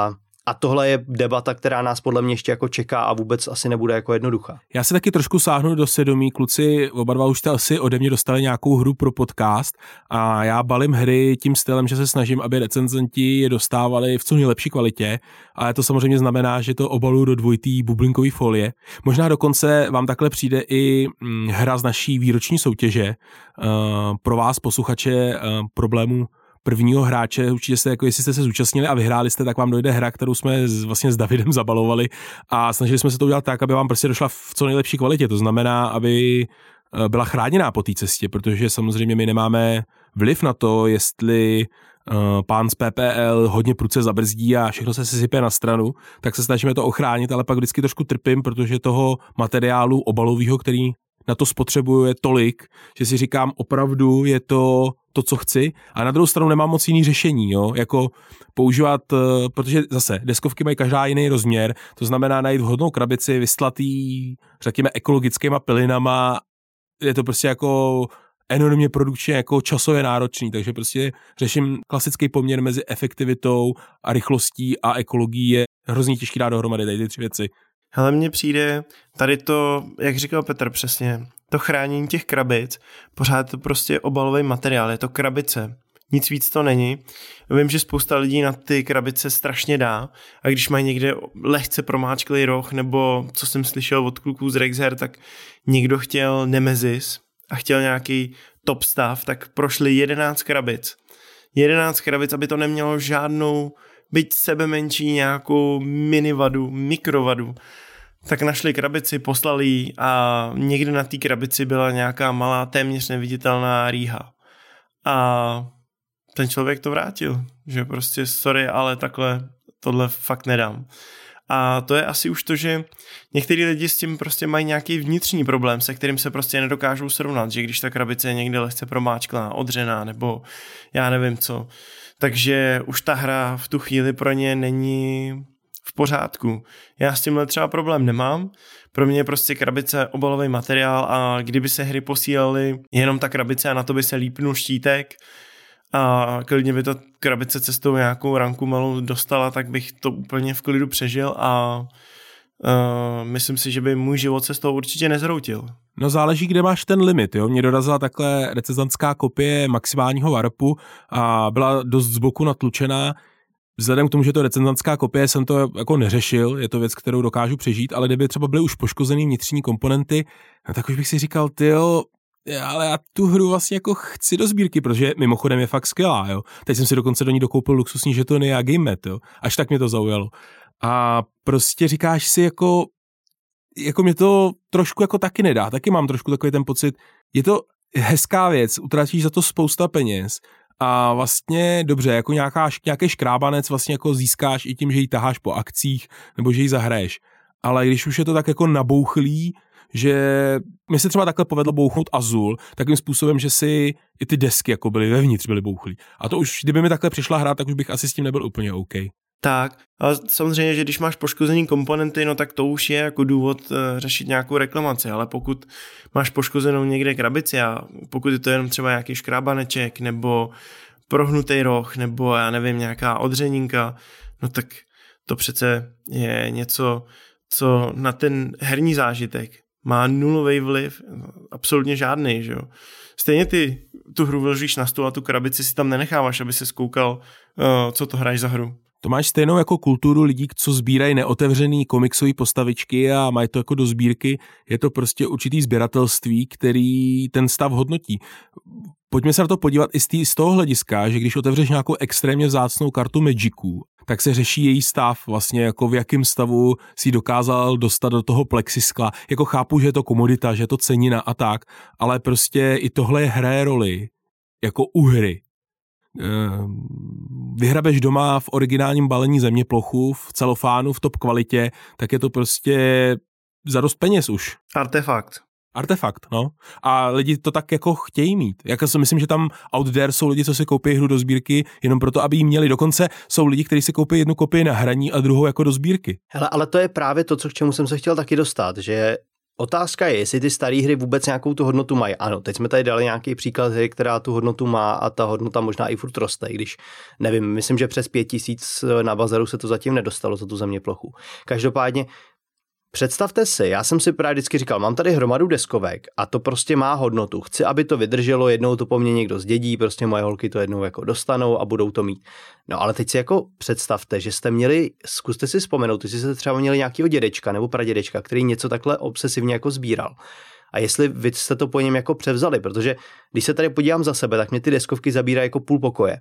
A tohle je debata, která nás podle mě ještě jako čeká a vůbec asi nebude jako jednoduchá. Já se taky trošku sáhnu do svědomí, kluci, oba dva už jste asi ode mě dostali nějakou hru pro podcast a já balím hry tím stylem, že se snažím, aby recenzenti je dostávali v co nejlepší kvalitě, ale to samozřejmě znamená, že to obaluju do dvojitý bublinkový folie. Možná dokonce vám takhle přijde i hra z naší výroční soutěže pro vás, posluchače problémů prvního hráče, určitě se, jako jestli jste se zúčastnili a vyhráli jste, tak vám dojde hra, kterou jsme vlastně s Davidem zabalovali a snažili jsme se to udělat tak, aby vám prostě došla v co nejlepší kvalitě, to znamená, aby byla chráněná po té cestě, protože samozřejmě my nemáme vliv na to, jestli pán z PPL hodně prudce zabrzdí a všechno se sype na stranu, tak se snažíme to ochránit, ale pak vždycky trošku trpím, protože toho materiálu obalového, který na to spotřebuje tolik, že si říkám, opravdu je to, co chci, a na druhou stranu nemám moc jiný řešení, jo? Jako používat, protože zase deskovky mají každá jiný rozměr, to znamená najít vhodnou krabici, vystlatý, řekněme, ekologickýma pilinama, je to prostě jako enormně produkčně jako časově náročný, takže prostě řeším klasický poměr mezi efektivitou a rychlostí a ekologií, je hrozně těžký dát dohromady tady ty tři věci. Hele, mně přijde tady to, jak říkal Petr přesně, to chránění těch krabic, pořád to prostě obalový materiál, je to krabice, nic víc to není. Vím, že spousta lidí na ty krabice strašně dá a když mají někde lehce promáčklý roh, nebo co jsem slyšel od kluků z Rexher, tak někdo chtěl Nemesis a chtěl nějaký top stav, tak prošli 11 krabic. 11 krabic, aby to nemělo žádnou, byť sebe menší nějakou minivadu, mikrovadu, tak našli krabici, poslali ji a někde na té krabici byla nějaká malá, téměř neviditelná rýha. A ten člověk to vrátil, že prostě sorry, ale takhle tohle fakt nedám. A to je asi už to, že některý lidi s tím prostě mají nějaký vnitřní problém, se kterým se prostě nedokážou srovnat, že když ta krabice je někde lehce promáčklá, odřená nebo já nevím co, takže už ta hra v tu chvíli pro ně není v pořádku. Já s tímhle třeba problém nemám, pro mě je prostě krabice obalový materiál a kdyby se hry posílaly jenom ta krabice a na to by se lípnul štítek a klidně by to krabice cestou nějakou ranku malou dostala, tak bych to úplně v klidu přežil a myslím si, že by můj život se z toho určitě nezhroutil. No záleží, kde máš ten limit, jo. Mě dorazila takhle recenzentská kopie maximálního warpu a byla dost z boku natlučená. Vzhledem k tomu, že to recenzentská kopie, jsem to jako neřešil, je to věc, kterou dokážu přežít, ale kdyby třeba byly už poškozený vnitřní komponenty, no tak už bych si říkal, tyjo, ale já tu hru vlastně jako chci do sbírky, protože mimochodem je fakt skvělá, jo. Teď jsem si dokonce do ní dokoupil luxusní žetony a GameMat, jo. Až tak mě to zaujalo. A prostě říkáš si jako mě to trošku jako taky nedá, taky mám trošku takový ten pocit, je to hezká věc, utratíš za to spousta peněz a vlastně dobře, jako nějaký škrábanec vlastně jako získáš i tím, že ji taháš po akcích nebo že ji zahraješ, ale když už je to tak jako nabouchlý, že mi se třeba takhle povedlo bouchnout Azul takým způsobem, že si i ty desky jako byly vevnitř, byly bouchlý. A to už, kdyby mi takhle přišla hra, tak už bych asi s tím nebyl úplně OK. Tak, ale samozřejmě, že když máš poškozený komponenty, no tak to už je jako důvod řešit nějakou reklamaci, ale pokud máš poškozenou někde krabici a pokud je to jenom třeba nějaký škrábaneček nebo prohnutý roh nebo já nevím, nějaká odřenínka, no tak to přece je něco, co na ten herní zážitek má nulový vliv, absolutně žádný, že jo. Stejně ty tu hru vložíš na stůl a tu krabici si tam nenecháváš, aby se zkoukal, co to hraješ za hru. To máš stejnou jako kulturu lidí, co sbírají neotevřený komiksové postavičky a mají to jako do sbírky. Je to prostě určitý sběratelství, který ten stav hodnotí. Pojďme se na to podívat i z toho hlediska, že když otevřeš nějakou extrémně vzácnou kartu Magicu, tak se řeší její stav, vlastně jako v jakém stavu si dokázal dostat do toho plexiskla. Jako chápu, že je to komodita, že je to cenina a tak, ale prostě i tohle hraje roli jako u hry. Vyhrabeš doma v originálním balení zeměplochu, v celofánu, v top kvalitě, tak je to prostě za dost peněz už. Artefakt, no. A lidi to tak jako chtějí mít. Já si myslím, že tam out there jsou lidi, co si koupí hru do sbírky jenom proto, aby ji měli. Dokonce jsou lidi, kteří si koupí jednu kopii na hraní a druhou jako do sbírky. Hele, ale to je právě to, k čemu jsem se chtěl taky dostat, že Otázka je, jestli ty staré hry vůbec nějakou tu hodnotu mají. Ano, teď jsme tady dali nějaký příklad hry, která tu hodnotu má a ta hodnota možná i furt roste, když nevím, myslím, že přes 5000 na bazaru se to zatím nedostalo za tu zeměplochu. Každopádně představte si, já jsem si právě vždycky říkal, mám tady hromadu deskovek a to prostě má hodnotu. Chci, aby to vydrželo, jednou to po mně někdo zdědí, prostě moje holky to jednou jako dostanou a budou to mít. No ale teď si jako představte, že jste měli, zkuste si vzpomenout, jestli jste třeba měli nějakého dědečka nebo pradědečka, který něco takhle obsesivně jako sbíral. A jestli vy jste to po něm jako převzali, protože když se tady podívám za sebe, tak mě ty deskovky zabírají jako půl pokoje.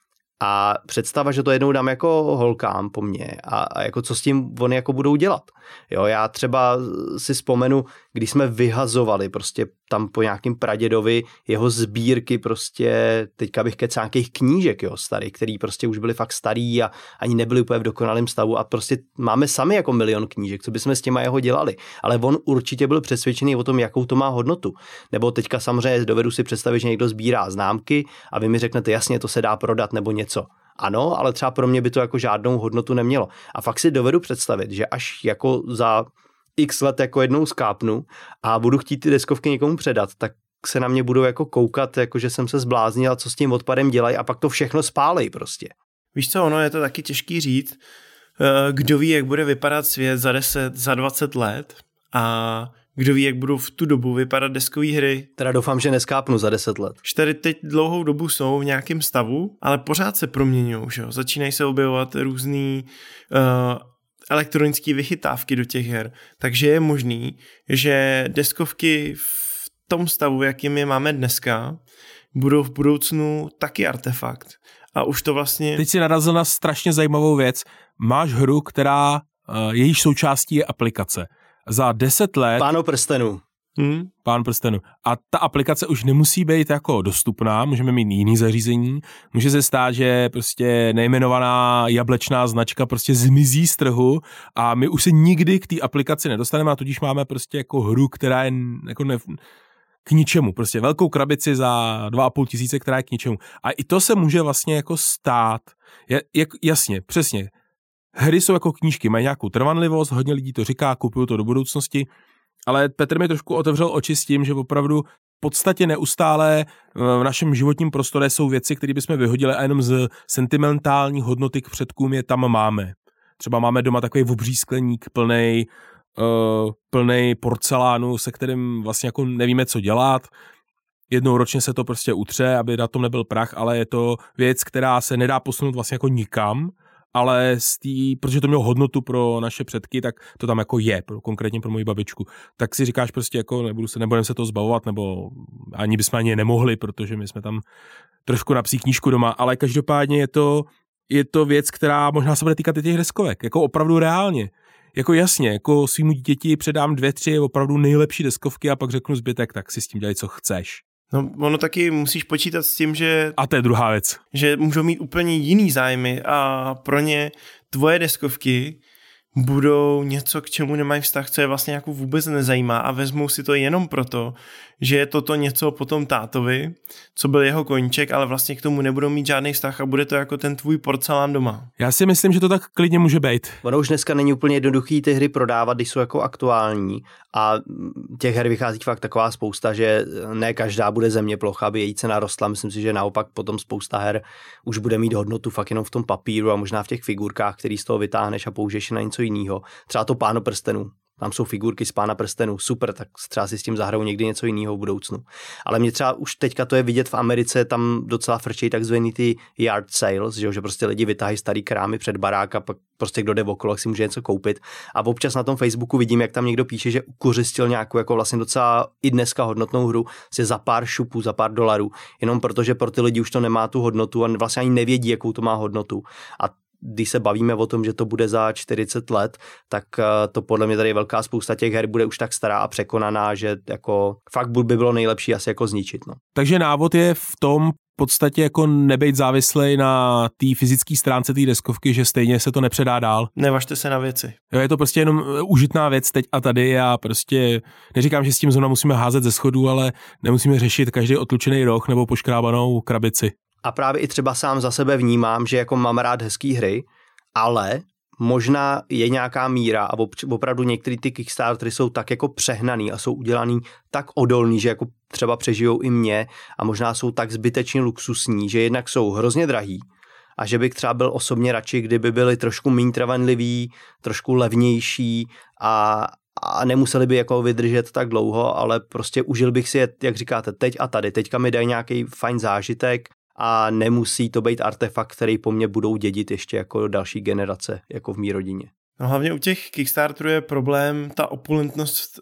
A představa, že to jednou dám jako holkám po mně a jako co s tím oni jako budou dělat. Jo, já třeba si vzpomenu, když jsme vyhazovali prostě tam po nějakým pradědovi jeho sbírky prostě, teďka bych kecal nějakých knížek, jo, starý, který prostě už byly fakt starý a ani nebyly úplně v dokonalém stavu a prostě máme sami jako milion knížek, co bychom s těma jeho dělali. Ale on určitě byl přesvědčený o tom, jakou to má hodnotu. Nebo teďka samozřejmě dovedu si představit, že někdo sbírá známky a vy mi řeknete, jasně, to se dá prodat nebo něco. Ano, ale třeba pro mě by to jako žádnou hodnotu nemělo. A fakt si dovedu představit, že až jako za x let jako jednou skápnu a budu chtít ty deskovky někomu předat, tak se na mě budou jako koukat, jako že jsem se zbláznil a co s tím odpadem dělají a pak to všechno spálej prostě. Víš co, ono je to taky těžký říct, kdo ví, jak bude vypadat svět za 10, za 20 let a kdo ví, jak budou v tu dobu vypadat deskové hry. Teda doufám, že neskápnu za 10 let. Už tady teď dlouhou dobu jsou v nějakém stavu, ale pořád se proměňují, že jo. Začínají se objevovat různý elektronické vychytávky do těch her. Takže je možný, že deskovky v tom stavu, jakým je máme dneska, budou v budoucnu taky artefakt. A už to vlastně... Teď si narazil na strašně zajímavou věc. Máš hru, která jejíž součástí je aplikace. Za 10 let... Pánu prstenů. Pán prstenů. A ta aplikace už nemusí být jako dostupná, můžeme mít jiný zařízení. Může se stát, že prostě nejmenovaná jablečná značka prostě zmizí z trhu a my už se nikdy k té aplikaci nedostaneme a tudíž máme prostě jako hru, která je jako k ničemu. Prostě velkou krabici za 2,5 000, která je k ničemu. A i to se může vlastně jako stát. Jasně, přesně. Hry jsou jako knížky, mají nějakou trvanlivost, hodně lidí to říká, kupují to do budoucnosti, ale Petr mi trošku otevřel oči s tím, že opravdu v podstatě neustále v našem životním prostoru jsou věci, které bychom vyhodili a jenom z sentimentální hodnoty k předkům je tam máme. Třeba máme doma takový obří skleník plnej porcelánu, se kterým vlastně jako nevíme, co dělat. Jednou ročně se to prostě utře, aby na tom nebyl prach, ale je to věc, která se nedá posunout vlastně jako nikam, ale protože to mělo hodnotu pro naše předky, tak to tam jako je, konkrétně pro moji babičku. Tak si říkáš prostě jako nebudeme se to zbavovat, nebo ani bychom ani nemohli, protože my jsme tam trošku na psí knížku doma, ale každopádně je to věc, která možná se bude týkat i těch deskovek, jako opravdu reálně. Jako jasně, jako svýmu děti předám 2-3 opravdu nejlepší deskovky a pak řeknu zbytek, tak si s tím dělej, co chceš. No, ono taky musíš počítat s tím, že... A to je druhá věc. Že můžou mít úplně jiný zájmy a pro ně tvoje deskovky budou něco, k čemu nemají vztah, co je vlastně jako vůbec nezajímá a vezmou si to jenom proto, že je toto něco po tom tátovi, co byl jeho koníček, ale vlastně k tomu nebudou mít žádný vztah a bude to jako ten tvůj porcelán doma. Já si myslím, že to tak klidně může být. Ono už dneska není úplně jednoduchý ty hry prodávat, když jsou jako aktuální a těch her vychází fakt taková spousta, že ne každá bude zeměplocha, aby její cena rostla. Myslím si, že naopak potom spousta her už bude mít hodnotu fakt jenom v tom papíru a možná v těch figurkách, který z toho vytáhneš a použiješ na něco jiného. Třeba to Pánu prstenů. Tam jsou figurky z Pána prstenů, super, tak třeba si s tím zahrajou někdy něco jiného v budoucnu. Ale mě třeba už teďka to je vidět v Americe, tam docela frčejí takzvaný ty yard sales, že prostě lidi vytáhají starý krámy před barák a pak prostě kdo jde okolo, si může něco koupit. A občas na tom Facebooku vidím, jak tam někdo píše, že ukořistil nějakou jako vlastně docela i dneska hodnotnou hru si za pár šupů, za pár dolarů, jenom protože pro ty lidi už to nemá tu hodnotu a vlastně ani nevědí, jakou to má hodnotu. A když se bavíme o tom, že to bude za 40 let, tak to podle mě tady velká spousta těch her bude už tak stará a překonaná, že jako fakt by bylo nejlepší asi jako zničit. No. Takže návod je v tom v podstatě jako nebejt závislej na té fyzické stránce té deskovky, že stejně se to nepředá dál. Nevažte se na věci. Jo, je to prostě jenom užitná věc teď a tady a prostě neříkám, že s tím zrovna musíme házet ze schodů, ale nemusíme řešit každý otlučený roh nebo poškrábanou krabici. A právě i třeba sám za sebe vnímám, že jako mám rád hezký hry, ale možná je nějaká míra a opravdu některé ty Kickstartery jsou tak jako přehnaný a jsou udělaný tak odolný, že jako třeba přežijou i mě a možná jsou tak zbytečně luxusní, že jednak jsou hrozně drahý a že bych třeba byl osobně radši, kdyby byly trošku méně trvanlivý, trošku levnější a nemuseli by jako vydržet tak dlouho, ale prostě užil bych si je, jak říkáte, teď a tady. Teďka mi dají nějaký fajn zážitek a nemusí to být artefakt, který po mně budou dědit ještě jako další generace, jako v mý rodině. No hlavně u těch Kickstarterů je problém ta opulentnost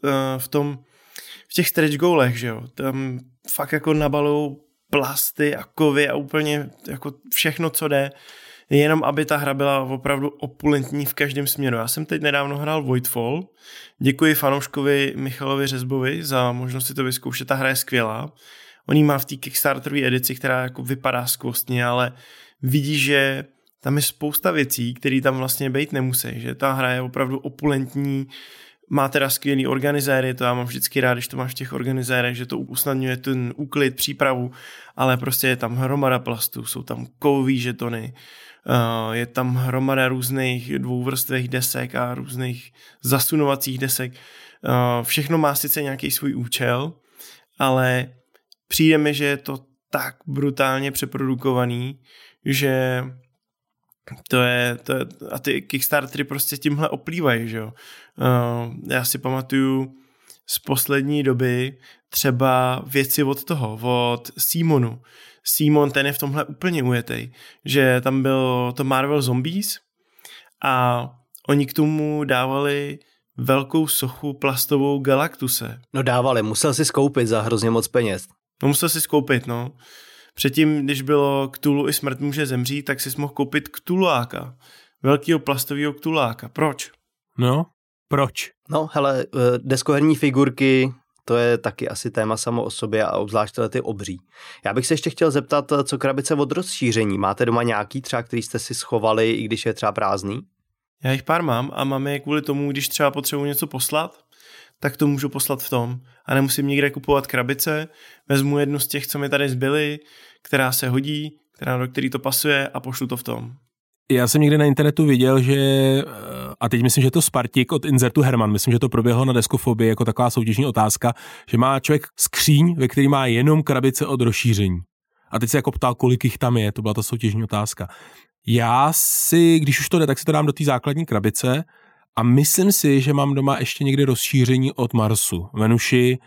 v těch stretch goalech, že jo. Tam fakt jako nabalou plasty a kovy a úplně jako všechno, co jde, jenom aby ta hra byla opravdu opulentní v každém směru. Já jsem teď nedávno hrál Voidfall, děkuji fanouškovi Michalovi Řezbovi za možnost si to vyzkoušet, ta hra je skvělá. On jí má v té Kickstarterové edici, která jako vypadá skvostně, ale vidí, že tam je spousta věcí, které tam vlastně být nemusí, že ta hra je opravdu opulentní, má teda skvělý organizéry, to já mám vždycky rád, když to máš v těch organizérech, že to usnadňuje ten úklid, přípravu, ale prostě je tam hromada plastů, jsou tam kovový žetony, je tam hromada různých dvouvrstvých desek a různých zasunovacích desek. Všechno má sice nějaký svůj účel, ale přijde mi, že je to tak brutálně přeprodukovaný, že to je a ty Kickstartery prostě tímhle oplývají, že jo. Já si pamatuju z poslední doby třeba věci od Simonu. Simon, ten je v tomhle úplně ujetej, že tam byl to Marvel Zombies a oni k tomu dávali velkou sochu plastovou Galactuse. No dávali, musel si skoupit za hrozně moc peněz. No musel si skoupit, no. Předtím, když bylo Cthulhu i smrt může zemřít, tak si mohl koupit Cthulhuáka. Velkýho plastového Cthulhuáka. Proč? No, proč? No, hele, deskoherní figurky, to je taky asi téma samo o sobě a obzvlášť ty obří. Já bych se ještě chtěl zeptat, co krabice od rozšíření. Máte doma nějaký třeba, který jste si schovali, i když je třeba prázdný? Já jich pár mám a mám je kvůli tomu, když třeba potřebuji něco poslat, tak to můžu poslat v tom. A nemusím nikde kupovat krabice, vezmu jednu z těch, co mi tady zbyly, která se hodí, do který to pasuje a pošlu to v tom. Já jsem někde na internetu viděl, že, a teď myslím, že to Spartik od Inzertu Herman, myslím, že to proběhlo na Deskofobii jako taková soutěžní otázka, že má člověk skříň, ve který má jenom krabice od rozšíření. A teď se jako ptal, kolik jich tam je, to byla ta soutěžní otázka. Já si, když už to jde, tak si to dám do té základní krabice a myslím si, že mám doma ještě někdy rozšíření od Marsu, Venuši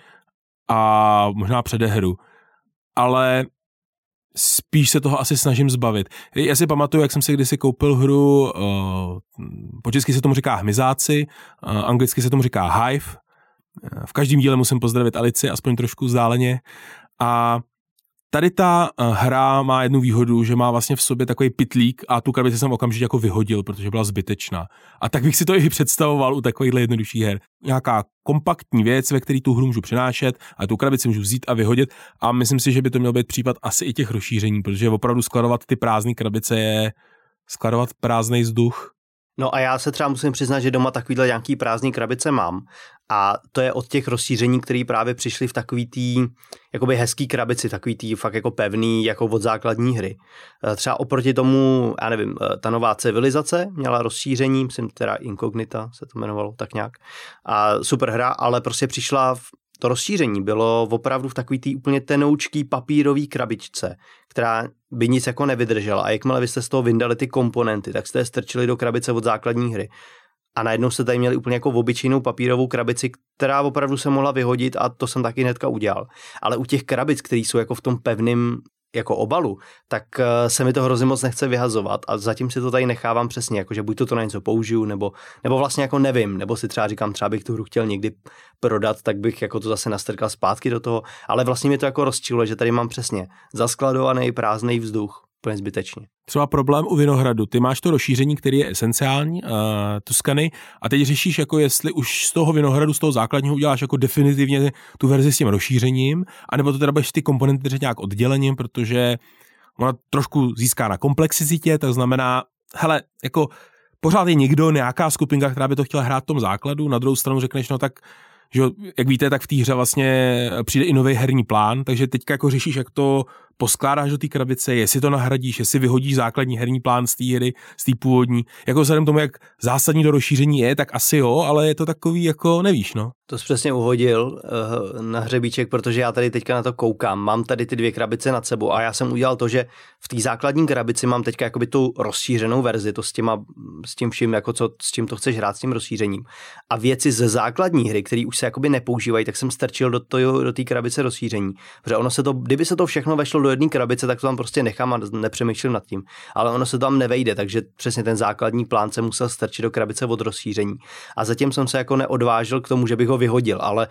a možná Předehru. Ale spíš se toho asi snažím zbavit. Já si pamatuju, jak jsem si kdysi koupil hru, po česky se tomu říká Hmyzáci, anglicky se tomu říká Hive. V každém díle musím pozdravit Alici, aspoň trošku vzdáleně. A tady ta hra má jednu výhodu, že má vlastně v sobě takový pytlík a tu krabici jsem okamžitě jako vyhodil, protože byla zbytečná. A tak bych si to i představoval u takovýchhle jednodušších her. Nějaká kompaktní věc, ve který tu hru můžu přinášet a tu krabici můžu vzít a vyhodit a myslím si, že by to měl být případ asi i těch rozšíření, protože opravdu skladovat ty prázdné krabice je skladovat prázdnej vzduch. No a já se třeba musím přiznat, že doma takovýhle nějaký prázdný krabice mám a to je od těch rozšíření, které právě přišly v takový tý jakoby hezký krabici, takový tý fakt jako pevný, jako od základní hry. Třeba oproti tomu, já nevím, ta nová Civilizace měla rozšíření, myslím teda Incognita se to jmenovalo tak nějak a super hra, ale prostě přišla to rozšíření bylo opravdu v takový tý úplně tenoučký papírový krabičce, která by nic jako nevydržela a jakmile vy jste z toho vyndali ty komponenty, tak jste je strčili do krabice od základní hry. A najednou jste tady měli úplně jako obyčejnou papírovou krabici, která opravdu se mohla vyhodit a to jsem taky hnedka udělal. Ale u těch krabic, které jsou jako v tom pevném jako obalu, tak se mi to hrozně moc nechce vyhazovat a zatím si to tady nechávám přesně, jakože buď to na něco použiju, nebo vlastně jako nevím, nebo si třeba říkám, třeba bych tu hru chtěl někdy prodat, tak bych jako to zase nastrkal zpátky do toho, ale vlastně mi to jako rozčiluje, že tady mám přesně zaskladovaný prázdný vzduch, úplně zbytečně. Třeba problém u Vinohradu, ty máš to rozšíření, který je esenciální, Tuskany, a teď řešíš, jako jestli už z toho Vinohradu, z toho základního uděláš jako definitivně tu verzi s tím rozšířením, anebo to teda budeš ty komponenty držet nějak oddělením, protože ona trošku získá na komplexitě, to znamená, hele, jako pořád je někdo, nějaká skupinka, která by to chtěla hrát v tom základu, na druhou stranu řekneš, no tak že jak víte, tak v té hře vlastně přijde i nový herní plán, takže teďka jako řešíš, jak to poskládáš do té krabice, jestli to nahradíš, jestli vyhodíš základní herní plán z té hry, z té původní. Jako vzhledem tomu, jak zásadní to rozšíření je, tak asi jo, ale je to takový, jako nevíš, no. To jsi přesně uhodil na hřebíček, protože já tady teďka na to koukám. Mám tady ty 2 krabice nad sebou a já jsem udělal to, že v té základní krabici mám teďka jakoby tu rozšířenou verzi, to s tím vším, jako s čím to chceš hrát, s tím rozšířením. A věci ze základní hry, které už se jakoby nepoužívají, tak jsem strčil do té krabice rozšíření. Protože ono se to, kdyby se to všechno vešlo do jedné krabice, tak to tam prostě nechám a nepřemýšlím nad tím. Ale ono se tam nevejde, takže přesně ten základní plán se musel strčit do krabice od rozšíření. A zatím jsem se jako neodvážil k tomu, že bych ho vyhodil, ale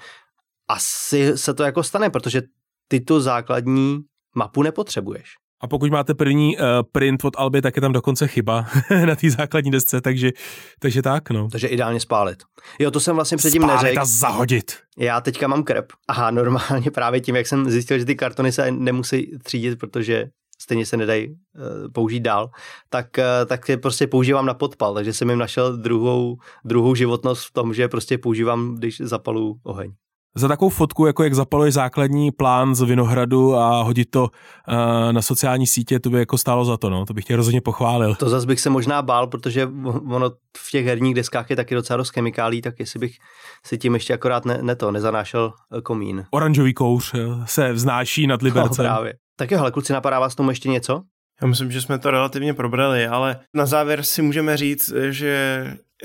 asi se to jako stane, protože ty tu základní mapu nepotřebuješ. A pokud máte první print od Alby, tak je tam dokonce chyba na té základní desce, takže tak, no. Takže ideálně spálit. Jo, to jsem vlastně předtím neřekl. Spálit a zahodit. Já teďka mám krep. Aha, normálně právě tím, jak jsem zjistil, že ty kartony se nemusí třídit, protože stejně se nedají použít dál, tak je prostě používám na podpal, takže jsem jim našel druhou životnost v tom, že prostě používám, když zapaluju oheň. Za takovou fotku, jako jak zapaluješ základní plán z Vinohradu a hodit to na sociální sítě, to by jako stálo za to, no. To bych tě rozhodně pochválil. To zas bych se možná bál, protože ono v těch herních deskách je taky docela dost chemikálí, tak jestli bych si tím ještě akorát nezanášel komín. Oranžový kouř se vznáší nad Libercem. No, právě. Tak jo, hele, kluci, napadá vás tomu ještě něco? Já myslím, že jsme to relativně probrali, ale na závěr si můžeme říct, že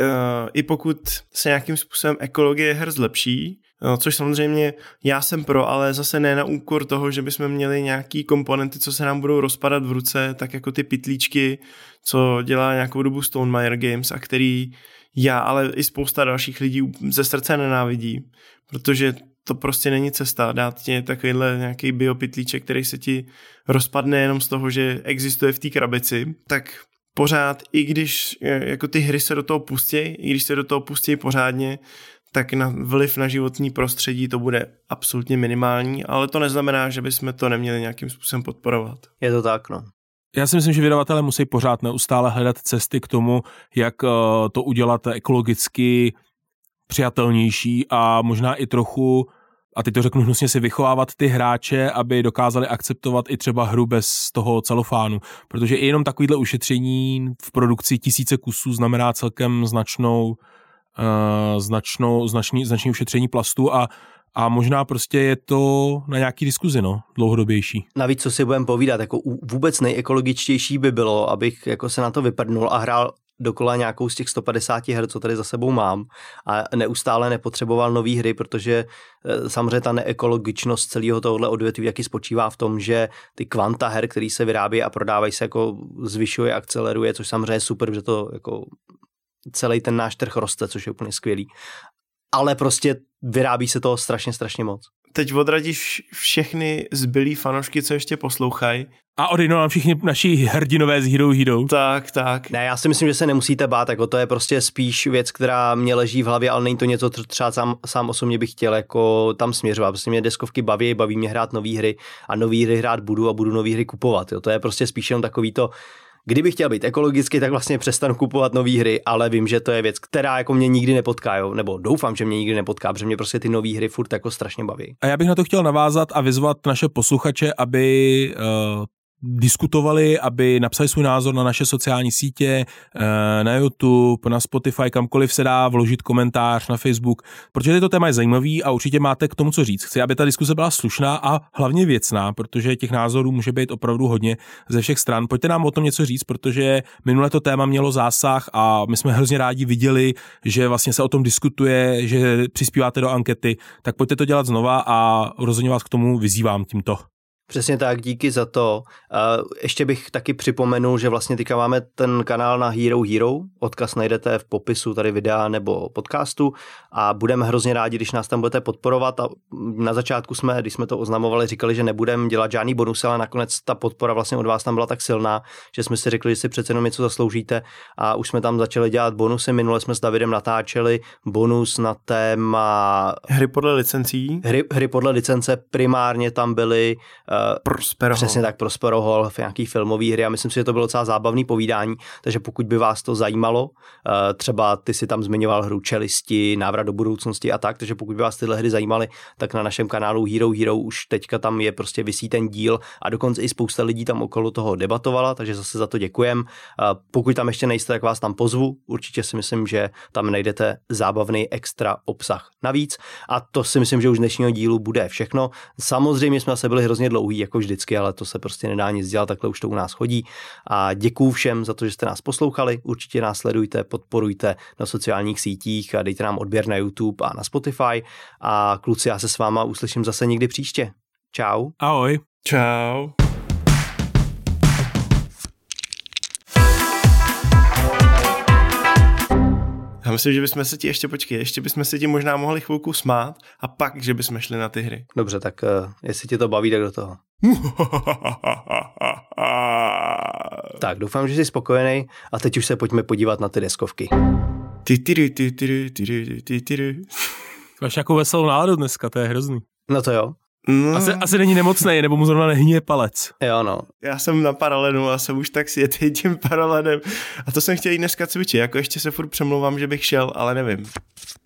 i pokud se nějakým způsobem ekologie her zlepší, což samozřejmě já jsem pro, ale zase ne na úkor toho, že bychom měli nějaký komponenty, co se nám budou rozpadat v ruce, tak jako ty pytlíčky, co dělá nějakou dobu Stonemaier Games a který já, ale i spousta dalších lidí ze srdce nenávidí, protože to prostě není cesta dát ti takovýhle nějaký biopytlíček, který se ti rozpadne jenom z toho, že existuje v té krabici, tak pořád, i když jako ty hry se do toho pustějí, i když se do toho pustějí pořádně, tak vliv na životní prostředí to bude absolutně minimální, ale to neznamená, že bychom to neměli nějakým způsobem podporovat. Je to tak, no. Já si myslím, že vydavatelé musí pořád neustále hledat cesty k tomu, jak to udělat ekologicky přijatelnější a možná i trochu, a teď to řeknu hnusně, si vychovávat ty hráče, aby dokázali akceptovat i třeba hru bez toho celofánu, protože i jenom takovýhle ušetření v produkci 1000 kusů znamená celkem značný ušetření plastu a možná prostě je to na nějaký diskuzi, no, dlouhodobější. Navíc, co si budeme povídat, jako vůbec nejekologičtější by bylo, abych jako se na to vyprdnul a hrál dokola nějakou z těch 150 her, co tady za sebou mám a neustále nepotřeboval nový hry, protože samozřejmě ta neekologičnost celého tohohle odvětví taky spočívá v tom, že ty kvanta her, které se vyrábí a prodávají, se jako zvyšuje, akceleruje, což samozřejmě je super, protože to jako celý ten náš trh roste, což je úplně skvělý. Ale prostě vyrábí se toho strašně moc. Teď odradíš všechny zbylý fanoušky, co ještě poslouchají. A odejnou nám všichni naši hrdinové z Hero Hero. Tak. Ne, já si myslím, že se nemusíte bát, jako to je prostě spíš věc, která mě leží v hlavě, ale není to něco, co třeba sám osobně bych chtěl jako tam směřovat. Prostě mě deskovky baví mě hrát nový hry a nový hry hrát budu a budu nový hry kupovat. Jo. To je prostě spíš jenom takový to, kdybych chtěl být ekologický, tak vlastně přestanu kupovat nový hry, ale vím, že to je věc, která jako mě nikdy nepotká, jo? Nebo doufám, že mě nikdy nepotká, protože mě prostě ty nový hry furt jako strašně baví. A já bych na to chtěl navázat a vyzvat naše posluchače, aby diskutovali, aby napsali svůj názor na naše sociální sítě, na YouTube, na Spotify, kamkoliv se dá vložit komentář, na Facebook, protože to téma je zajímavý a určitě máte k tomu co říct. Chci, aby ta diskuse byla slušná a hlavně věcná, protože těch názorů může být opravdu hodně ze všech stran. Pojďte nám o tom něco říct, protože minule to téma mělo zásah a my jsme hrozně rádi viděli, že vlastně se o tom diskutuje, že přispíváte do ankety, tak pojďte to dělat znova a rozhodně vás k tomu vyzývám tímto. Přesně tak, díky za to. Ještě bych taky připomenul, že vlastně teďka máme ten kanál na Hero, odkaz najdete v popisu tady videa nebo podcastu a budeme hrozně rádi, když nás tam budete podporovat a na začátku když jsme to oznamovali, říkali, že nebudeme dělat žádný bonus, ale nakonec ta podpora vlastně od vás tam byla tak silná, že jsme si řekli, že si přece jenom něco zasloužíte a už jsme tam začali dělat bonusy. Minule jsme s Davidem natáčeli bonus na téma hry podle licencí. Hry podle licence, primárně tam byly Prospero Přesně Hall. tak, Prospero Hall, v nějaký filmový hry a myslím si, že to bylo docela zábavný povídání, takže pokud by vás to zajímalo, třeba ty si tam zmiňoval hru Čelisti, Návrat do budoucnosti a tak, takže pokud by vás tyhle hry zajímaly, tak na našem kanálu Hero už teďka tam je prostě visí ten díl a dokonce i spousta lidí tam okolo toho debatovala, takže zase za to děkujem. Pokud tam ještě nejste, tak vás tam pozvu, určitě si myslím, že tam najdete zábavný extra obsah navíc a to si myslím, že už z dnešního dílu bude všechno. Samozřejmě jsme zase byli hrozně dlouhý, jako vždycky, ale to se prostě nedá nic dělat, takhle už to u nás chodí. A děkuju všem za to, že jste nás poslouchali. Určitě nás sledujte, podporujte na sociálních sítích a dejte nám odběr na YouTube a na Spotify. A kluci, já se s váma uslyším zase někdy příště. Čau. Ahoj. Čau. Já myslím, že bychom se ti ještě bychom se ti možná mohli chvilku smát a pak, že bychom šli na ty hry. Dobře, tak jestli tě to baví, tak do toho. Tak, doufám, že jsi spokojený a teď už se pojďme podívat na ty deskovky. Máš nějakou veselou náladu dneska, to je hrozný. No to jo. No, Asi není nemocnej, nebo mu zrovna nehníje palec. Jo, no. já jsem na paralenu a jsem už tak sjetý tím paralenem a to jsem chtěl jít dneska cvičit, jako ještě se furt přemlouvám, že bych šel, ale nevím.